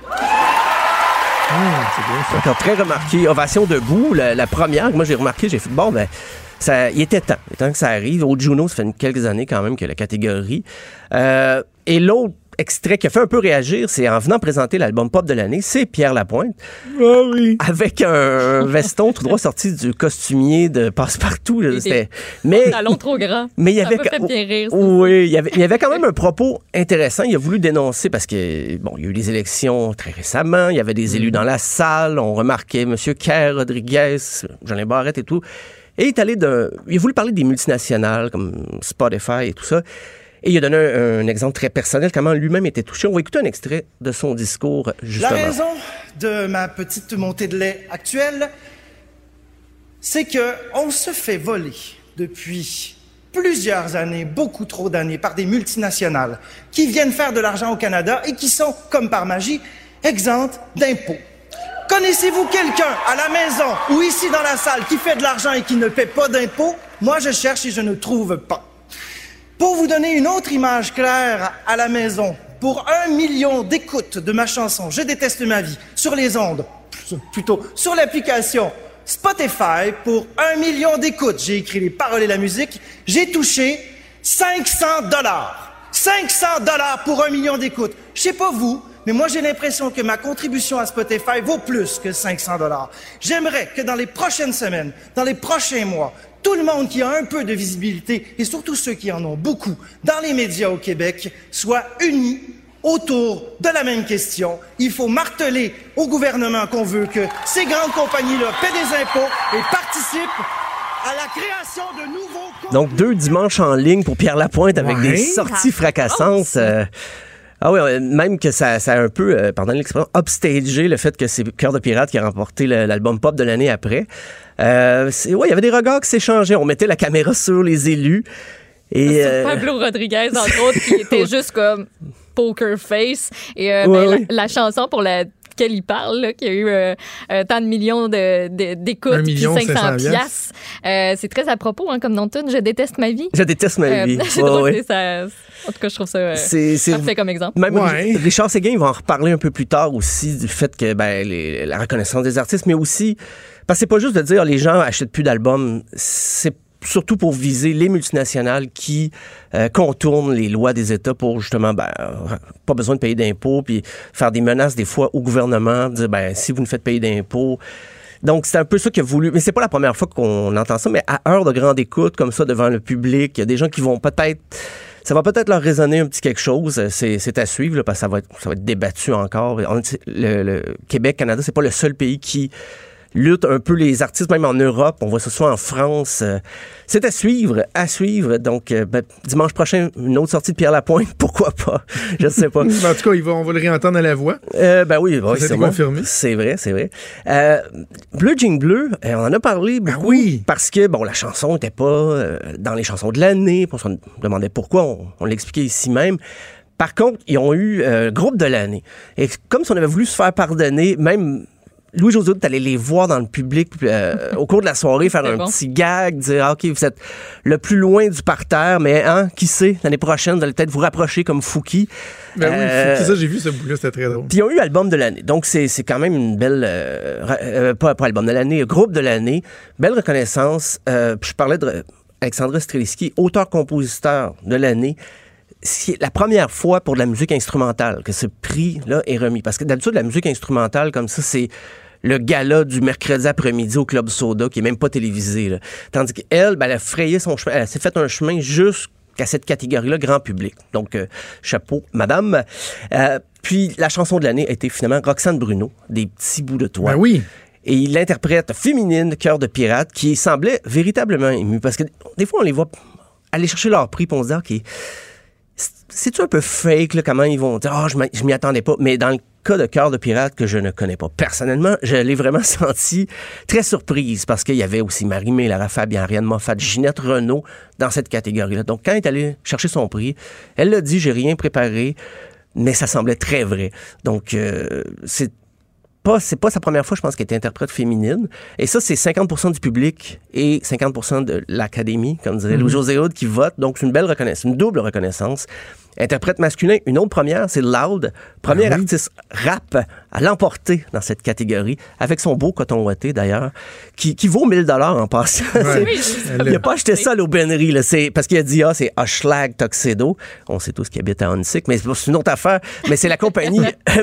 K: C'est bien ça. Encore très remarqué. Ovation debout, la première. Moi, j'ai remarqué, j'ai fait il était temps. Il était temps que ça arrive. Au Juno, ça fait quelques années quand même que la catégorie. Et l'autre extrait qui a fait un peu réagir, c'est en venant présenter l'album pop de l'année, c'est Pierre Lapointe.
D: Oh oui.
K: Avec un veston tout droit sorti du costumier de Passe-Partout.
E: Talon trop grand.
K: Mais il y avait...
E: Ça m'a fait bien rire.
K: Oui, il y avait quand même un propos intéressant. Il a voulu dénoncer parce que, il y a eu des élections très récemment, il y avait des élus dans la salle, on remarquait M. Kerr, Rodriguez, Jolin Barrette et tout. Et il a voulu parler des multinationales comme Spotify et tout ça. Et il a donné un exemple très personnel, comment lui-même était touché. On va écouter un extrait de son discours, justement.
M: La raison de ma petite montée de lait actuelle, c'est qu'on se fait voler depuis plusieurs années, beaucoup trop d'années, par des multinationales qui viennent faire de l'argent au Canada et qui sont, comme par magie, exemptes d'impôts. Connaissez-vous quelqu'un à la maison ou ici dans la salle qui fait de l'argent et qui ne paie pas d'impôts? Moi, je cherche et je ne trouve pas. Pour vous donner une autre image claire à la maison, pour 1 million d'écoutes de ma chanson « Je déteste ma vie » sur les ondes, plutôt sur l'application Spotify, pour 1 million d'écoutes, j'ai écrit les paroles et la musique, j'ai touché $500. $500 pour 1 million d'écoutes. Je sais pas vous, mais moi j'ai l'impression que ma contribution à Spotify vaut plus que $500. J'aimerais que dans les prochaines semaines, dans les prochains mois, tout le monde qui a un peu de visibilité, et surtout ceux qui en ont beaucoup, dans les médias au Québec, soit unis autour de la même question. Il faut marteler au gouvernement qu'on veut que ces grandes compagnies-là paient des impôts et participent à la création de nouveaux...
K: Donc, 2 dimanches en ligne pour Pierre Lapointe avec des sorties fracassantes. Même que ça a un peu, pendant l'expression, upstagé le fait que c'est Cœur de pirate qui a remporté l'album pop de l'année après. Il y avait des regards qui s'échangeaient. On mettait la caméra sur les élus. Et
E: Pablo Rodriguez, entre autres, qui était juste comme poker face. Et la chanson pour laquelle il parle, là, qui a eu tant de millions d'écoutes, puis 500 piastres. C'est très à propos, comme dans tune. Je déteste ma vie.
K: Je déteste ma vie.
E: C'est drôle, ça. En tout cas, je trouve ça parfait comme exemple.
K: Même Richard Séguin, il va en reparler un peu plus tard aussi du fait que la reconnaissance des artistes, mais aussi parce que c'est pas juste de dire les gens achètent plus d'albums, c'est surtout pour viser les multinationales qui contournent les lois des États pour justement pas besoin de payer d'impôts, puis faire des menaces des fois au gouvernement, dire si vous ne faites payer d'impôts. Donc, c'est un peu ça qu'il a voulu. Mais c'est pas la première fois qu'on entend ça, mais à heure de grande écoute, comme ça, devant le public, il y a des gens qui vont ça va peut-être leur résonner un petit quelque chose. C'est à suivre, là, parce que ça va être débattu encore. Le Québec, Canada, c'est pas le seul pays qui lutte un peu les artistes, même en Europe. On voit ça soit en France. C'est à suivre. Donc, dimanche prochain, une autre sortie de Pierre Lapointe. Pourquoi pas? Je sais pas.
D: En tout cas, on va le réentendre à la voix.
K: Oui,
D: c'est confirmé.
K: C'est vrai. Bleu Jean Bleu, on en a parlé beaucoup. Parce que, la chanson n'était pas dans les chansons de l'année. On se demandait pourquoi. On l'expliquait ici même. Par contre, ils ont eu groupe de l'année. Et comme si on avait voulu se faire pardonner, même Louis-José Hood, t'allais les voir dans le public au cours de la soirée, faire un petit gag, dire OK, vous êtes le plus loin du parterre, mais qui sait, l'année prochaine, vous allez peut-être vous rapprocher comme Fouki.
D: Ben oui, Fouki, ça, j'ai vu ce bout-là, c'était très drôle.
K: Puis ils ont eu album de l'année. Donc, c'est quand même une belle... pas album de l'année, groupe de l'année. Belle reconnaissance. Puis je parlais d'Alexandra Streliski, auteur-compositeur de l'année. C'est la première fois pour de la musique instrumentale que ce prix-là est remis. Parce que d'habitude, la musique instrumentale comme ça, c'est le gala du mercredi après-midi au Club Soda, qui est même pas télévisé. Là. Tandis qu'elle, elle a frayé son chemin, elle s'est fait un chemin jusqu'à cette catégorie-là, grand public. Donc, chapeau, madame. Puis, la chanson de l'année a été finalement Roxane Bruno, Des petits bouts de toi.
D: Ben oui.
K: Et l'interprète féminine, Cœur de pirate, qui semblait véritablement émue. Parce que des fois, on les voit aller chercher leur prix, puis on se dit, OK, c'est-tu un peu fake, là, comment ils vont dire, je m'y attendais pas. Mais dans le cas de Cœur de pirate, que je ne connais pas personnellement, je l'ai vraiment senti très surprise parce qu'il y avait aussi Marie-Mé, Lara Fabian, Ariane Moffat, Ginette Renault dans cette catégorie-là. Donc, quand elle est allée chercher son prix, elle l'a dit, j'ai rien préparé, mais ça semblait très vrai. Donc, c'est pas sa première fois, je pense, qu'elle était interprète féminine. Et ça, c'est 50% du public et 50% de l'académie, comme dirait Louis-José Hood, qui vote. Donc, c'est une belle reconnaissance, une double reconnaissance. Interprète masculin, une autre première, c'est Loud, premier artiste rap à l'emporter dans cette catégorie, avec son beau coton ouaté, d'ailleurs, qui vaut 1 000 $, en passant.
D: Ouais.
K: Il n'a pas acheté ça à l'aubainerie, là. C'est parce qu'il a dit, c'est Hushlag Tuxedo. On sait tous qu'il habite à Huntsic, mais c'est une autre affaire. Mais c'est la compagnie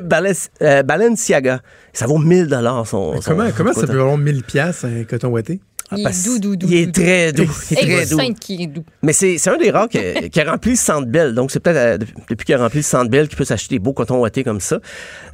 K: Balenciaga. Ça vaut 1 000 $.
D: Comment ça peut valoir 1 000 $, un coton ouaté?
E: Il est doux.
K: Il est très doux. Il est très doux.
E: Qui est doux.
K: Mais c'est un des rares qui a rempli le Centre Bell. Donc, c'est peut-être depuis qu'il a rempli le Centre Bell qu'il peut s'acheter des beaux cotons ouatés comme ça.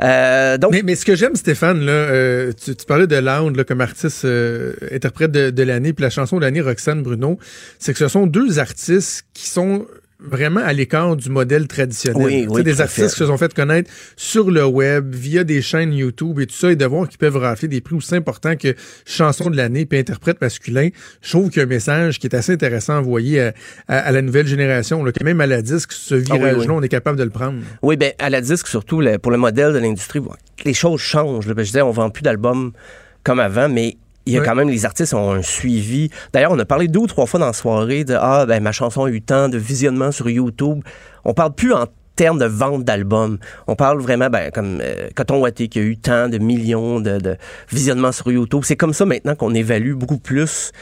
D: Mais ce que j'aime, Stéphane, là, tu parlais de Loud là, comme artiste interprète de l'année, puis la chanson de l'année, Roxane Bruno, c'est que ce sont deux artistes qui sont vraiment à l'écart du modèle traditionnel. Oui, des artistes qui se sont fait connaître sur le web, via des chaînes YouTube et tout ça, et de voir qu'ils peuvent rafler des prix aussi importants que chanson de l'année puis interprète masculin. Je trouve qu'il y a un message qui est assez intéressant à envoyer à la nouvelle génération, là, que même à la disque, ce virage-là, on est capable de le prendre. Oui, bien, à la disque, surtout, pour le modèle de l'industrie, les choses changent. Là. Je disais, on vend plus d'albums comme avant, mais il y a quand même, les artistes ont un suivi. D'ailleurs, on a parlé 2 ou 3 fois dans la soirée de ma chanson a eu tant de visionnements sur YouTube. On parle plus en termes de vente d'albums. On parle vraiment, comme Coton Ouaté, qui a eu tant de millions de visionnements sur YouTube. C'est comme ça maintenant qu'on évalue beaucoup plus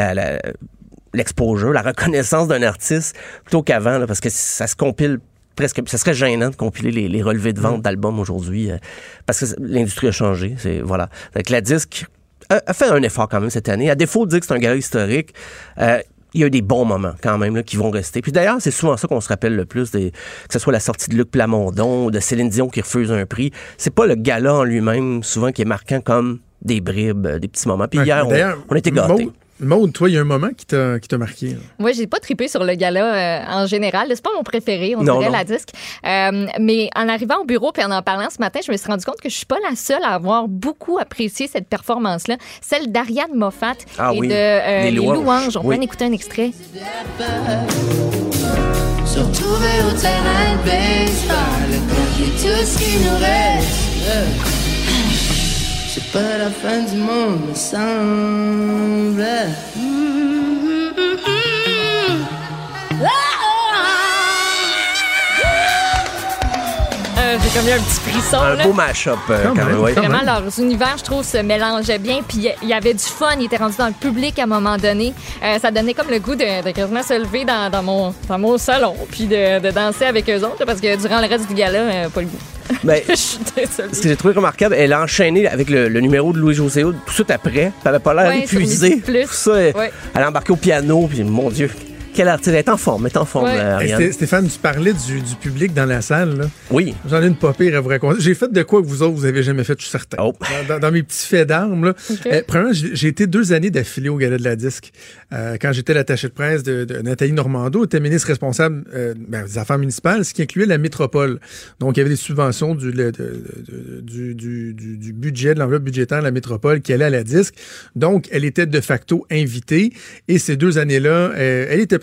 D: l'exposure, la reconnaissance d'un artiste plutôt qu'avant, là, parce que ça se compile presque. Ça serait gênant de compiler les relevés de vente d'albums aujourd'hui, parce que l'industrie a changé. Voilà. Donc, la disque a fait un effort quand même cette année. À défaut de dire que c'est un gala historique, il y a eu des bons moments quand même là, qui vont rester. Puis d'ailleurs, c'est souvent ça qu'on se rappelle le plus, que ce soit la sortie de Luc Plamondon ou de Céline Dion qui refuse un prix. C'est pas le gala en lui-même souvent qui est marquant comme des bribes, des petits moments. Puis hier, on était gâtés. Maude, toi, il y a un moment qui t'a marqué.
E: Moi, j'ai pas trippé sur le gala en général. C'est pas mon préféré, on dirait, la disque. Mais en arrivant au bureau puis en parlant ce matin, je me suis rendu compte que je suis pas la seule à avoir beaucoup apprécié cette performance-là. Celle d'Ariane Moffat et de Les Louanges. On peut en écouter un extrait. Se retrouver au terrain de baseball, c'est tout ce qui nous reste. C'est pas la fin du monde, me semble. J'ai comme eu un petit frisson.
K: Un beau mash-up, quand même.
E: Vraiment, leurs univers, je trouve, se mélangeaient bien. Puis il y avait du fun. Ils étaient rendus dans le public à un moment donné. Ça donnait comme le goût de quasiment se lever dans mon salon puis de danser avec eux autres. Parce que durant le reste du gala, pas le goût.
K: Ben, ce que j'ai trouvé remarquable, elle a enchaîné avec le numéro de Louis-José Hood tout de suite après. Elle n'avait pas l'air épuisée. Tout ça, elle a embarqué au piano. Puis, mon Dieu, quelle artiste. Elle est en forme, Ariane.
D: Stéphane, tu parlais du public dans la salle. Là.
K: Oui.
D: J'en ai une pas pire à vous raconter. J'ai fait de quoi que vous autres, vous avez jamais fait, je suis certain.
K: Oh.
D: Dans mes petits faits d'armes. Là. Okay. Premièrement, j'ai été 2 années d'affilée au Gala de la disque. Quand j'étais l'attaché de presse de Nathalie Normando, était ministre responsable des affaires municipales, ce qui incluait la métropole. Donc, il y avait des subventions du budget, de l'enveloppe budgétaire de la métropole qui allait à la disque. Donc, elle était de facto invitée. Et ces 2 années-là, elle était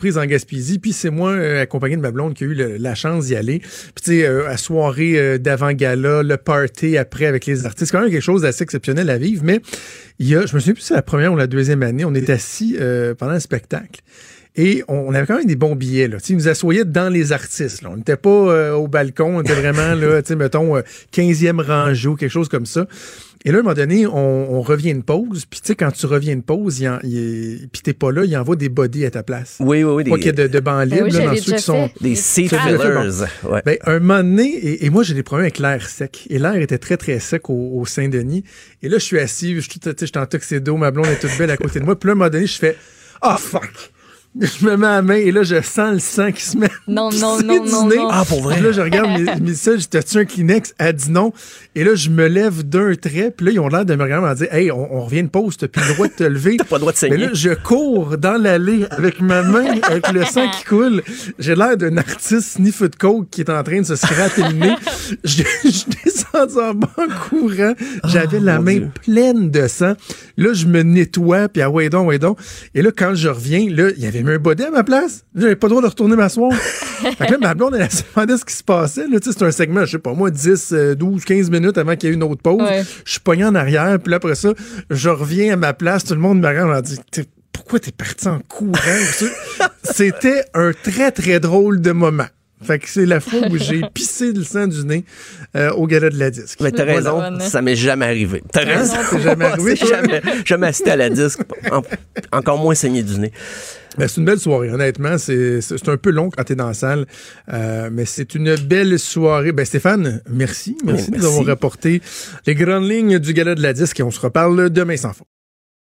D: reprises en Gaspésie, puis c'est moi, accompagné de ma blonde, qui a eu la chance d'y aller. Puis tu sais, à soirée d'avant-gala, le party après avec les artistes, c'est quand même quelque chose d'assez exceptionnel à vivre, mais je me souviens plus si c'est la première ou la deuxième année, on est assis pendant un spectacle. Et on avait quand même des bons billets, là. Ils nous assoyaient dans les artistes, là. On n'était pas au balcon, on était vraiment, là, mettons, 15e rangée ou quelque chose comme ça. Et là, à un moment donné, on revient une pause. Puis, tu sais, quand tu reviens une pause, puis t'es pas là, il envoie des bodies à ta place.
K: Oui.
D: Pas qu'il y ait de bancs libres, là, dans ceux qui sont...
K: Des seat fillers.
D: Ouais. Ben, un moment donné, et moi, j'ai des problèmes avec l'air sec. Et l'air était très, très sec au Saint-Denis. Et là, je suis assis, je suis en tuxedo, ma blonde est toute belle à côté de moi. Puis là, à un moment donné, je fais « Ah, fuck! » Je me mets à la main et là, je sens le sang qui se met
E: non.
K: Ah, pour vrai?
D: Puis là, je regarde Mélissa, t'as-tu un Kleenex? Elle dit non. Et là, je me lève d'un trait. Puis là, ils ont l'air de me regarder et me dire, hey, on revient de pause, t'as plus le droit de te lever.
K: T'as pas le droit de saigner.
D: Mais là, je cours dans l'allée avec ma main, avec le sang qui coule. J'ai l'air d'un artiste sniffeux de coke qui est en train de se scraper le nez. Je descends en bas en courant. J'avais la main pleine de sang. Là, je me nettoie, puis ouais donc. Et là, quand je reviens, là, il y avait mis un body à ma place. J'avais pas le droit de retourner m'asseoir. Fait que là, ma blonde, elle se demandait ce qui se passait. Là, c'est un segment, je sais pas moi, 10, 12, 15 minutes avant qu'il y ait une autre pause. Ouais. Je suis pogné en arrière, puis là, après ça, je reviens à ma place. Tout le monde me regarde et me dit, pourquoi t'es parti en courant? C'était un très, très drôle de moment. Fait que c'est la fois où j'ai pissé le sang du nez au gala de la disque.
K: Mais t'as raison, ça m'est jamais arrivé. T'as raison.
D: C'est jamais arrivé.
K: Jamais assisté à la disque, encore moins saigné du nez.
D: Ben, c'est une belle soirée, honnêtement. C'est un peu long quand t'es dans la salle, mais c'est une belle soirée. Ben, Stéphane, merci. Merci de nous avoir rapporté les grandes lignes du gala de la disque et on se reparle demain sans faute.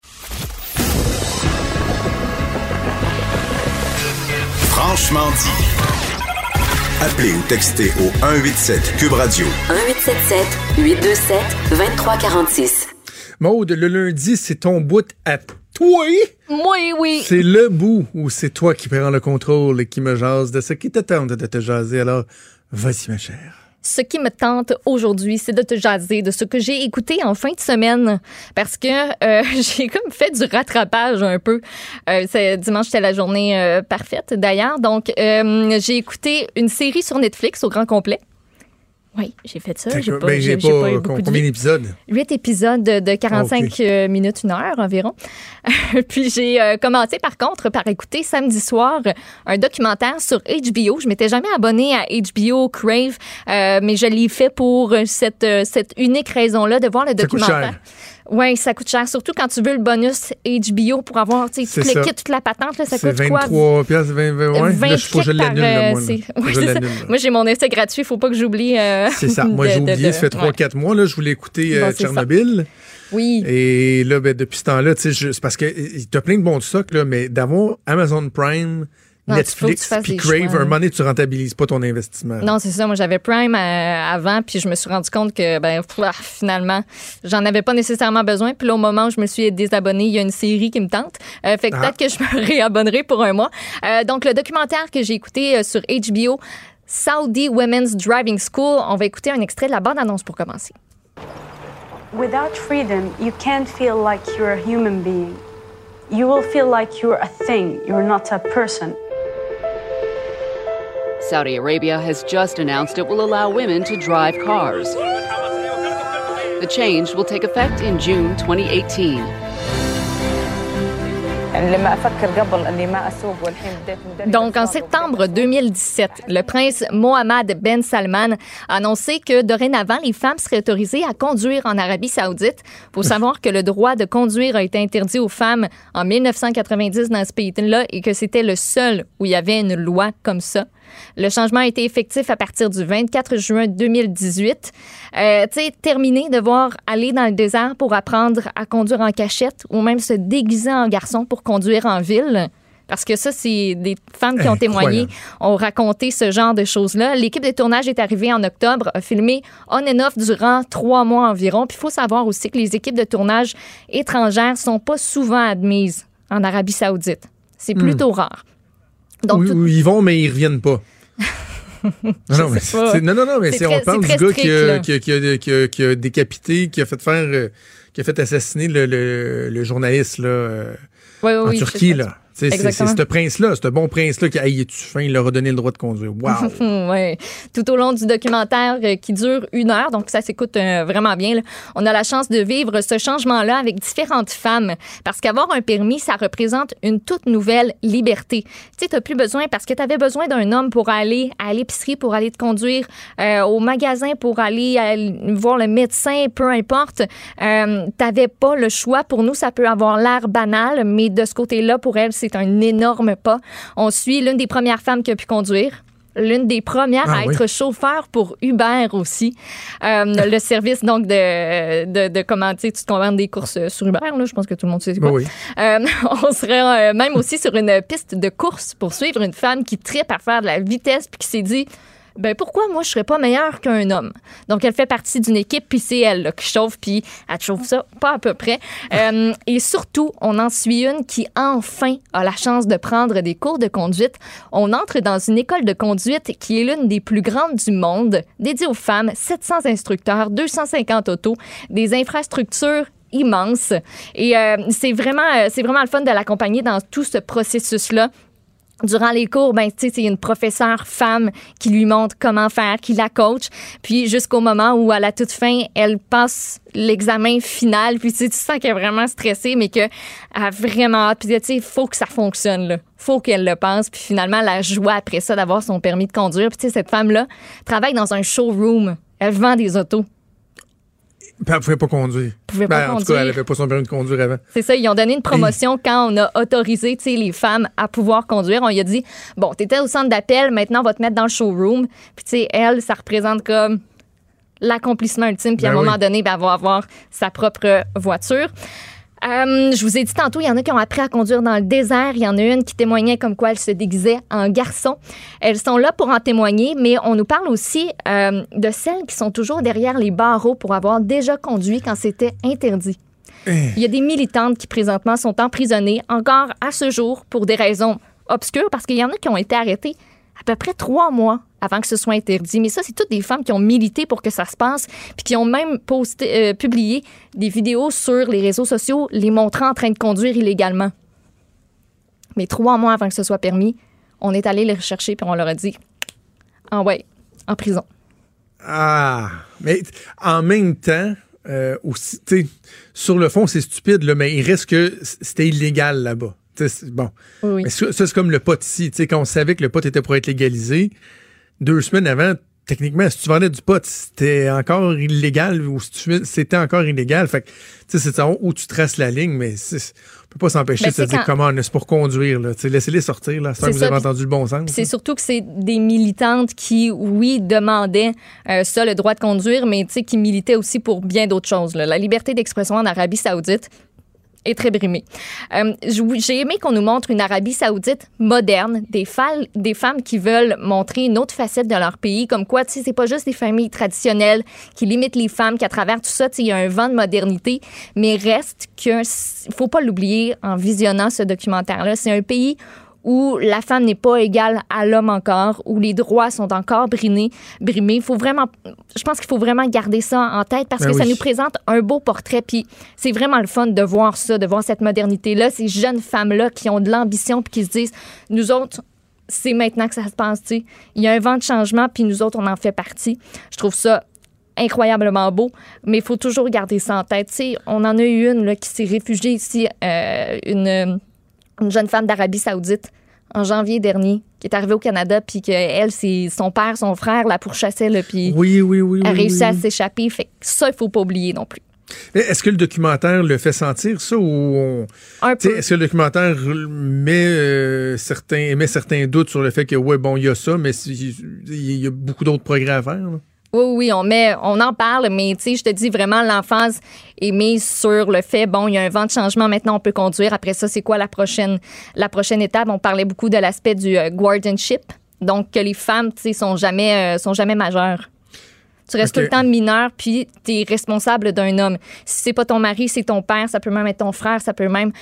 A: Franchement dit. Appelez ou textez au 187 Cube Radio.
N: 1877-827-2346.
D: Maude, le lundi, c'est ton bout à toi.
E: Oui.
D: C'est le bout où c'est toi qui prends le contrôle et qui me jase de ce qui te tente de te jaser. Alors, vas-y, ma chère.
E: Ce qui me tente aujourd'hui, c'est de te jaser de ce que j'ai écouté en fin de semaine parce que j'ai comme fait du rattrapage un peu. Dimanche, c'était la journée parfaite d'ailleurs. Donc, j'ai écouté une série sur Netflix au grand complet. Oui, j'ai fait ça. J'ai pas eu beaucoup
D: combien d'épisodes?
E: 8 épisodes de 45 minutes, 1 heure environ. Puis j'ai commencé par contre par écouter samedi soir un documentaire sur HBO. Je m'étais jamais abonnée à HBO Crave, mais je l'ai fait pour cette unique raison-là de voir le documentaire. Oui, ça coûte cher. Surtout quand tu veux le bonus HBO pour avoir tout le kit, toute la patente. Là, ça coûte
D: 23 piastres, 20 ouais.
E: 20
D: là, faut que je l'annule,
E: moi, j'ai mon essai gratuit. Faut pas que j'oublie.
D: C'est ça. Moi, j'ai oublié. Ça fait 3-4 mois. Là, je voulais écouter Tchernobyl.
E: Oui.
D: Et là, depuis ce temps-là, c'est parce que tu as plein de bons stocks, là, mais d'avoir Amazon Prime, Netflix puis Crave, un moment donné, tu rentabilises pas ton investissement.
E: Non, c'est ça. Moi, j'avais Prime avant, puis je me suis rendu compte que, finalement, j'en avais pas nécessairement besoin. Puis là, au moment où je me suis désabonnée, il y a une série qui me tente. Fait que peut-être que je me réabonnerai pour un mois. Donc, le documentaire que j'ai écouté sur HBO, Saudi Women's Driving School, on va écouter un extrait de la bande-annonce pour commencer.
O: Without freedom, you can't feel like you're a human being. You will feel like you're a thing. You're not a person.
P: Saudi Arabia has just announced it will allow women to drive cars. The change will take effect in June 2018.
E: Donc, en septembre 2017, le prince Mohammed Ben Salman a annoncé que dorénavant, les femmes seraient autorisées à conduire en Arabie Saoudite. Il faut savoir que le droit de conduire a été interdit aux femmes en 1990 dans ce pays-là et que c'était le seul où il y avait une loi comme ça. Le changement a été effectif à partir du 24 juin 2018. Terminer, devoir aller dans le désert pour apprendre à conduire en cachette ou même se déguiser en garçon pour conduire en ville. Parce que ça, c'est des femmes qui ont témoigné, ont raconté ce genre de choses-là. L'équipe de tournage est arrivée en octobre, a filmé on and off durant 3 mois environ. Puis il faut savoir aussi que les équipes de tournage étrangères sont pas souvent admises en Arabie Saoudite. C'est plutôt rare. Donc,
D: ils vont, mais ils reviennent pas. mais on parle du gars qui a décapité, qui a fait assassiner le journaliste là, en Turquie. Là. C'est ce prince-là, ce bon prince-là qui, est-tu fin, il leur a donné le droit de conduire. Wow!
E: Oui. Tout au long du documentaire qui dure 1 heure, donc ça s'écoute vraiment bien, là. On a la chance de vivre ce changement-là avec différentes femmes. Parce qu'avoir un permis, ça représente une toute nouvelle liberté. Tu sais, t'as plus besoin, parce que t'avais besoin d'un homme pour aller à l'épicerie, pour aller te conduire au magasin, pour aller voir le médecin, peu importe. T'avais pas le choix. Pour nous, ça peut avoir l'air banal, mais de ce côté-là, pour elle, c'est un énorme pas. On suit l'une des premières femmes qui a pu conduire. L'une des premières à être chauffeur pour Uber aussi. Le service, donc, de comment, tu te commandes des courses sur Uber, là, je pense que tout le monde sait c'est quoi. Oui. On serait même aussi sur une piste de course pour suivre une femme qui trippe à faire de la vitesse puis qui s'est dit... Ben pourquoi moi je serais pas meilleure qu'un homme? Donc elle fait partie d'une équipe puis c'est elle là, qui chauffe puis elle chauffe ça pas à peu près. Et surtout on en suit une qui enfin a la chance de prendre des cours de conduite. On entre dans une école de conduite qui est l'une des plus grandes du monde, dédiée aux femmes, 700 instructeurs, 250 autos, des infrastructures immenses. Et c'est vraiment le fun de l'accompagner dans tout ce processus-là. Durant les cours, ben, tu sais, c'est une professeure femme qui lui montre comment faire, qui la coach. Puis jusqu'au moment où, à la toute fin, elle passe l'examen final. Puis tu sens qu'elle est vraiment stressée, mais qu'elle a vraiment hâte. Puis tu sais, il faut que ça fonctionne, là. Faut qu'elle le pense. Puis finalement, la joie après ça d'avoir son permis de conduire. Puis tu sais, cette femme-là travaille dans un showroom. Elle vend des autos.
D: Elle ne pouvait pas conduire. En tout cas, elle n'avait pas son permis de conduire avant.
E: C'est ça, ils ont donné une promotion quand on a autorisé les femmes à pouvoir conduire. On lui a dit, bon, t'étais au centre d'appel, maintenant on va te mettre dans le showroom. Puis tu sais, elle, ça représente comme l'accomplissement ultime. Puis à un moment donné, elle va avoir sa propre voiture. Je vous ai dit tantôt, il y en a qui ont appris à conduire dans le désert. Il y en a une qui témoignait comme quoi elle se déguisait en garçon. Elles sont là pour en témoigner, mais on nous parle aussi de celles qui sont toujours derrière les barreaux pour avoir déjà conduit quand c'était interdit. Il y a des militantes qui présentement sont emprisonnées encore à ce jour pour des raisons obscures parce qu'il y en a qui ont été arrêtées à peu près 3 mois avant que ce soit interdit. Mais ça, c'est toutes des femmes qui ont milité pour que ça se passe puis qui ont même publié des vidéos sur les réseaux sociaux les montrant en train de conduire illégalement. Mais 3 mois avant que ce soit permis, on est allé les rechercher puis on leur a dit « en prison ». Ah,
D: mais en même temps, aussi, tu sais, sur le fond, c'est stupide, là, mais il reste que c'était illégal là-bas. Bon. Oui. Mais ça, c'est comme le pot ici. Tu sais, quand on savait que le pot était pour être légalisé, 2 semaines avant, techniquement, si tu vendais du pot, c'était encore illégal ou si tu c'était encore illégal. Fait que, tu sais, c'est ça où tu traces la ligne, mais on peut pas s'empêcher de se dire comment c'est pour conduire, là. Tu sais, laissez-les sortir, là. C'est que vous avez entendu le bon sens.
E: C'est surtout que c'est des militantes qui, oui, demandaient ça, le droit de conduire, mais tu sais, qui militaient aussi pour bien d'autres choses, là. La liberté d'expression en Arabie Saoudite est très brimée. J'ai aimé qu'on nous montre une Arabie Saoudite moderne, des femmes qui veulent montrer une autre facette de leur pays, comme quoi, tu sais, c'est pas juste des familles traditionnelles qui limitent les femmes, qu'à travers tout ça, tu sais, il y a un vent de modernité, mais reste que, faut pas l'oublier en visionnant ce documentaire-là, c'est un pays où la femme n'est pas égale à l'homme encore, où les droits sont encore brimés. Je pense qu'il faut vraiment garder ça en tête parce que ça nous présente un beau portrait. Puis c'est vraiment le fun de voir ça, de voir cette modernité-là, ces jeunes femmes-là qui ont de l'ambition puis qui se disent, nous autres, c'est maintenant que ça se passe. T'sais. Il y a un vent de changement puis nous autres, on en fait partie. Je trouve ça incroyablement beau, mais il faut toujours garder ça en tête. T'sais, on en a eu une là, qui s'est réfugiée ici, une jeune femme d'Arabie Saoudite en janvier dernier qui est arrivée au Canada puis que elle, c'est son père, son frère la pourchassait là, puis a réussi à s'échapper. Fait que ça, il faut pas oublier non plus.
D: Mais est-ce que le documentaire le fait sentir, ça, ou est-ce que le documentaire met certains doutes sur le fait que, il y a ça, mais il y a beaucoup d'autres progrès à faire, là?
E: Oui, on en parle, mais tu sais, je te dis vraiment, l'emphase est mise sur le fait, il y a un vent de changement, maintenant on peut conduire. Après ça, c'est quoi la prochaine étape? On parlait beaucoup de l'aspect du guardianship, donc que les femmes, tu sais, sont jamais majeures. Tu restes tout le temps mineur, puis tu es responsable d'un homme. Si c'est pas ton mari, c'est ton père, ça peut même être ton frère, ça peut même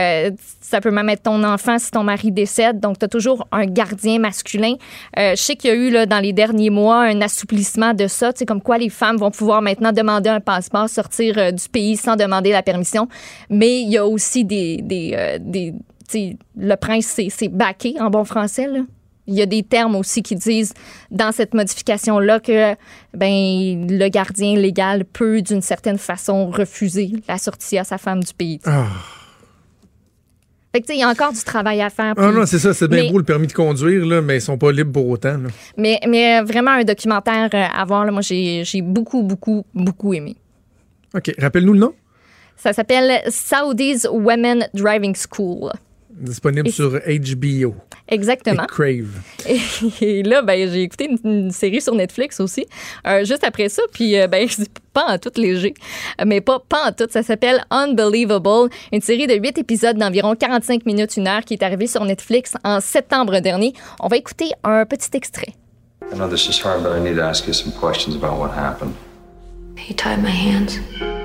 E: être ton enfant si ton mari décède. Donc, tu as toujours un gardien masculin. Je sais qu'il y a eu là, dans les derniers mois un assouplissement de ça, tu sais, comme quoi les femmes vont pouvoir maintenant demander un passeport, sortir du pays sans demander la permission. Mais il y a aussi des le prince, c'est backé en bon français, là. Il y a des termes aussi qui disent dans cette modification-là que le gardien légal peut, d'une certaine façon, refuser la sortie à sa femme du pays. Fait que, il y a encore du travail à faire.
D: Non, c'est ça. C'est bien beau le permis de conduire, là, mais ils sont pas libres pour autant. Là.
E: Mais vraiment un documentaire à voir. Là, moi, j'ai beaucoup, beaucoup, beaucoup aimé.
D: OK. Rappelle-nous le nom.
E: Ça s'appelle Saudi's Women Driving School.
D: Disponible sur HBO.
E: Exactement.
D: Et Crave.
E: Et là, j'ai écouté une série sur Netflix aussi, juste après ça, puis je dis pas en tout léger, mais pas en tout. Ça s'appelle Unbelievable, une série de 8 épisodes d'environ 45 minutes, 1 heure, qui est arrivée sur Netflix en septembre dernier. On va écouter un petit extrait.
Q: I know this is hard, but I need to ask you some questions about what happened.
R: He tied my hands.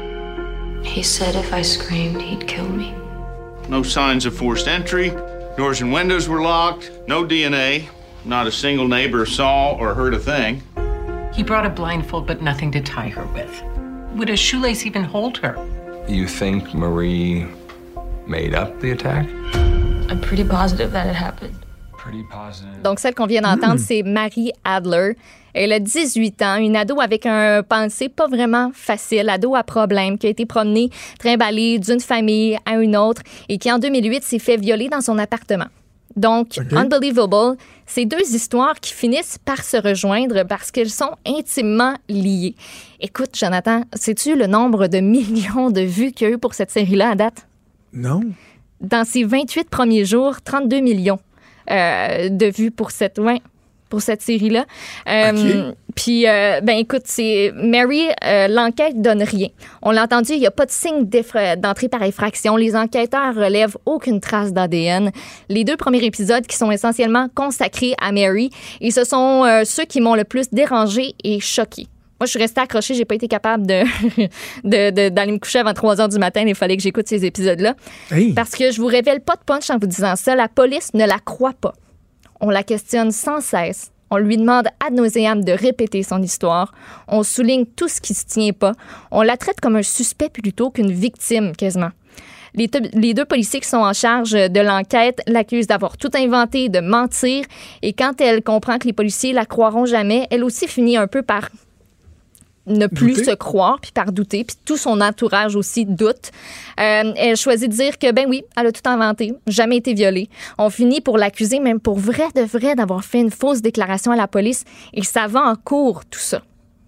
R: He said if I screamed, he'd kill me.
S: No signs of forced entry. Doors and windows were locked. No DNA. Not a single neighbor saw or heard a thing.
T: He brought a blindfold, but nothing to tie her with. Would a shoelace even hold her?
Q: You think Marie made up the attack?
R: I'm pretty positive that it happened.
E: Donc, celle qu'on vient d'entendre, c'est Mary Adler. Elle a 18 ans, une ado avec un passé pas vraiment facile, ado à problème, qui a été promenée, trimballée d'une famille à une autre et qui, en 2008, s'est fait violer dans son appartement. Donc, Unbelievable, c'est 2 histoires qui finissent par se rejoindre parce qu'elles sont intimement liées. Écoute, Jonathan, sais-tu le nombre de millions de vues qu'il y a eu pour cette série-là à date?
D: Non.
E: Dans ses 28 premiers jours, 32 millions. De vues pour cette série-là. Puis, écoute, c'est Mary, l'enquête donne rien. On l'a entendu, il n'y a pas de signe d'entrée par effraction. Les enquêteurs relèvent aucune trace d'ADN. Les 2 premiers épisodes qui sont essentiellement consacrés à Mary, et ce sont ceux qui m'ont le plus dérangée et choquée. Moi, je suis restée accrochée. J'ai pas été capable d'aller me coucher avant 3 heures du matin. Il fallait que j'écoute ces épisodes-là. Hey. Parce que je vous révèle pas de punch en vous disant ça. La police ne la croit pas. On la questionne sans cesse. On lui demande ad nauseam de répéter son histoire. On souligne tout ce qui se tient pas. On la traite comme un suspect plutôt qu'une victime, quasiment. Les 2 policiers qui sont en charge de l'enquête l'accusent d'avoir tout inventé, de mentir. Et quand elle comprend que les policiers la croiront jamais, elle aussi finit un peu par ne plus se croire, puis par douter, puis tout son entourage aussi doute. Elle choisit de dire que, oui, elle a tout inventé, jamais été violée. On finit pour l'accuser, même pour vrai de vrai, d'avoir fait une fausse déclaration à la police, et ça va en cours, tout ça.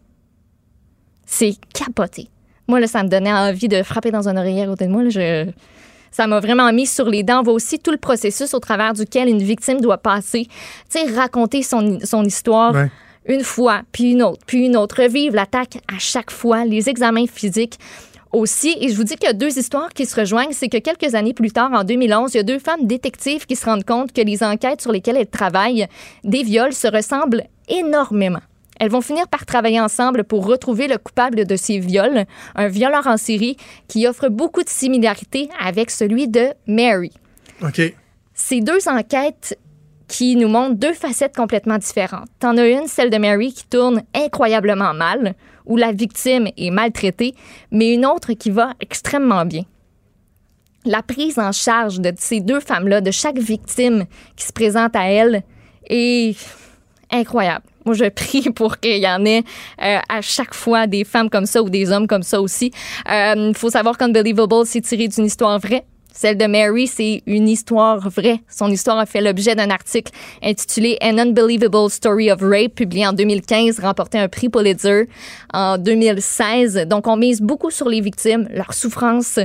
E: C'est capoté. Moi, là, ça me donnait envie de frapper dans un oreiller à côté de moi. Là, ça m'a vraiment mis sur les dents. On voit aussi tout le processus au travers duquel une victime doit passer. Tu sais, raconter son histoire. Ouais. Une fois, puis une autre, revivre l'attaque à chaque fois, les examens physiques aussi. Et je vous dis qu'il y a 2 histoires qui se rejoignent. C'est que quelques années plus tard, en 2011, il y a 2 femmes détectives qui se rendent compte que les enquêtes sur lesquelles elles travaillent, des viols, se ressemblent énormément. Elles vont finir par travailler ensemble pour retrouver le coupable de ces viols, un violeur en série qui offre beaucoup de similarités avec celui de Mary.
D: OK.
E: Ces 2 enquêtes qui nous montre 2 facettes complètement différentes. T'en as une, celle de Mary, qui tourne incroyablement mal, où la victime est maltraitée, mais une autre qui va extrêmement bien. La prise en charge de ces 2 femmes-là, de chaque victime qui se présente à elle, est incroyable. Moi, je prie pour qu'il y en ait à chaque fois des femmes comme ça ou des hommes comme ça aussi. Il faut savoir qu'Unbelievable, c'est tiré d'une histoire vraie. Celle de Mary, c'est une histoire vraie. Son histoire a fait l'objet d'un article intitulé An Unbelievable Story of Rape, publié en 2015, remporté un prix Pulitzer en 2016. Donc, on mise beaucoup sur les victimes, leur souffrance,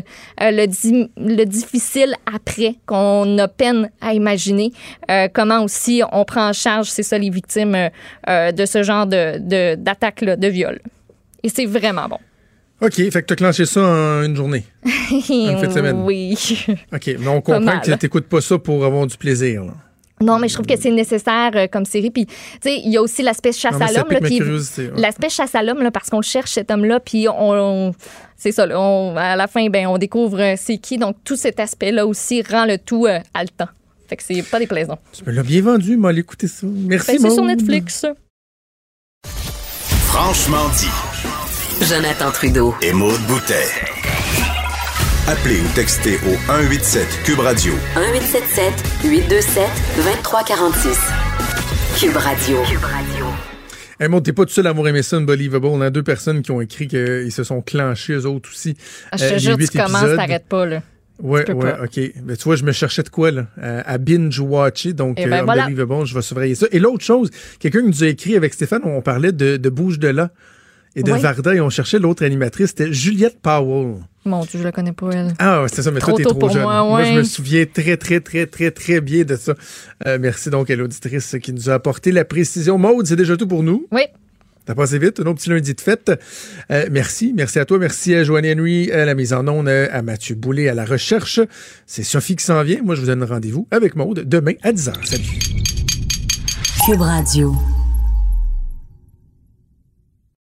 E: le difficile après qu'on a peine à imaginer. Comment aussi on prend en charge, c'est ça, les victimes de ce genre d'attaque-là, de viol. Et c'est vraiment bon.
D: OK, fait que tu as clenché ça en une journée. En fin de semaine.
E: Oui.
D: OK, mais on comprend que tu n'écoutes pas ça pour avoir du plaisir. Là.
E: Non, mais je trouve que c'est nécessaire comme série. Puis, tu sais, il y a aussi l'aspect chasse à l'homme. L'aspect chasse à l'homme, là, parce qu'on cherche cet homme-là, puis c'est ça, là, à la fin, on découvre c'est qui. Donc, tout cet aspect-là aussi rend le tout haletant. Fait que c'est pas déplaisant.
D: Tu me l'as bien vendu, moi, allez écouter ça. Merci,
E: c'est sur Netflix.
A: Franchement dit.
N: Jonathan Trudeau
A: et Maude Boutet. Appelez ou textez au 187 Cube Radio.
N: 1877-827-2346. Cube Radio.
D: Hey, Maud, t'es pas tout seul à avoir aimé ça, Unbelievable. On a 2 personnes qui ont écrit qu'ils se sont clenchés, eux autres aussi.
E: Je te jure, tu commences, t'arrêtes pas, là.
D: Ouais, OK. Mais tu vois, je me cherchais de quoi, là? À binge-watcher. Donc, Unbelievable, voilà. Je vais surveiller ça. Et l'autre chose, quelqu'un qui nous a écrit avec Stéphane, on parlait de Bouge de là et de Varda, et on cherchait l'autre animatrice, c'était Juliette Powell.
E: Mon Dieu, je la connais pas, elle.
D: Ah, c'est ça, mais toi, t'es trop jeune.
E: Moi,
D: je me souviens très, très, très, très, très bien de ça. Merci donc à l'auditrice qui nous a apporté la précision. Maude, c'est déjà tout pour nous.
E: Oui.
D: T'as passé vite, un autre petit lundi de fête. Merci à toi, merci à Joanne Henry, à la mise en onde, à Mathieu Boulay, à la recherche. C'est Sophie qui s'en vient. Moi, je vous donne rendez-vous avec Maude demain à 10h. Salut.
N: Cube Radio.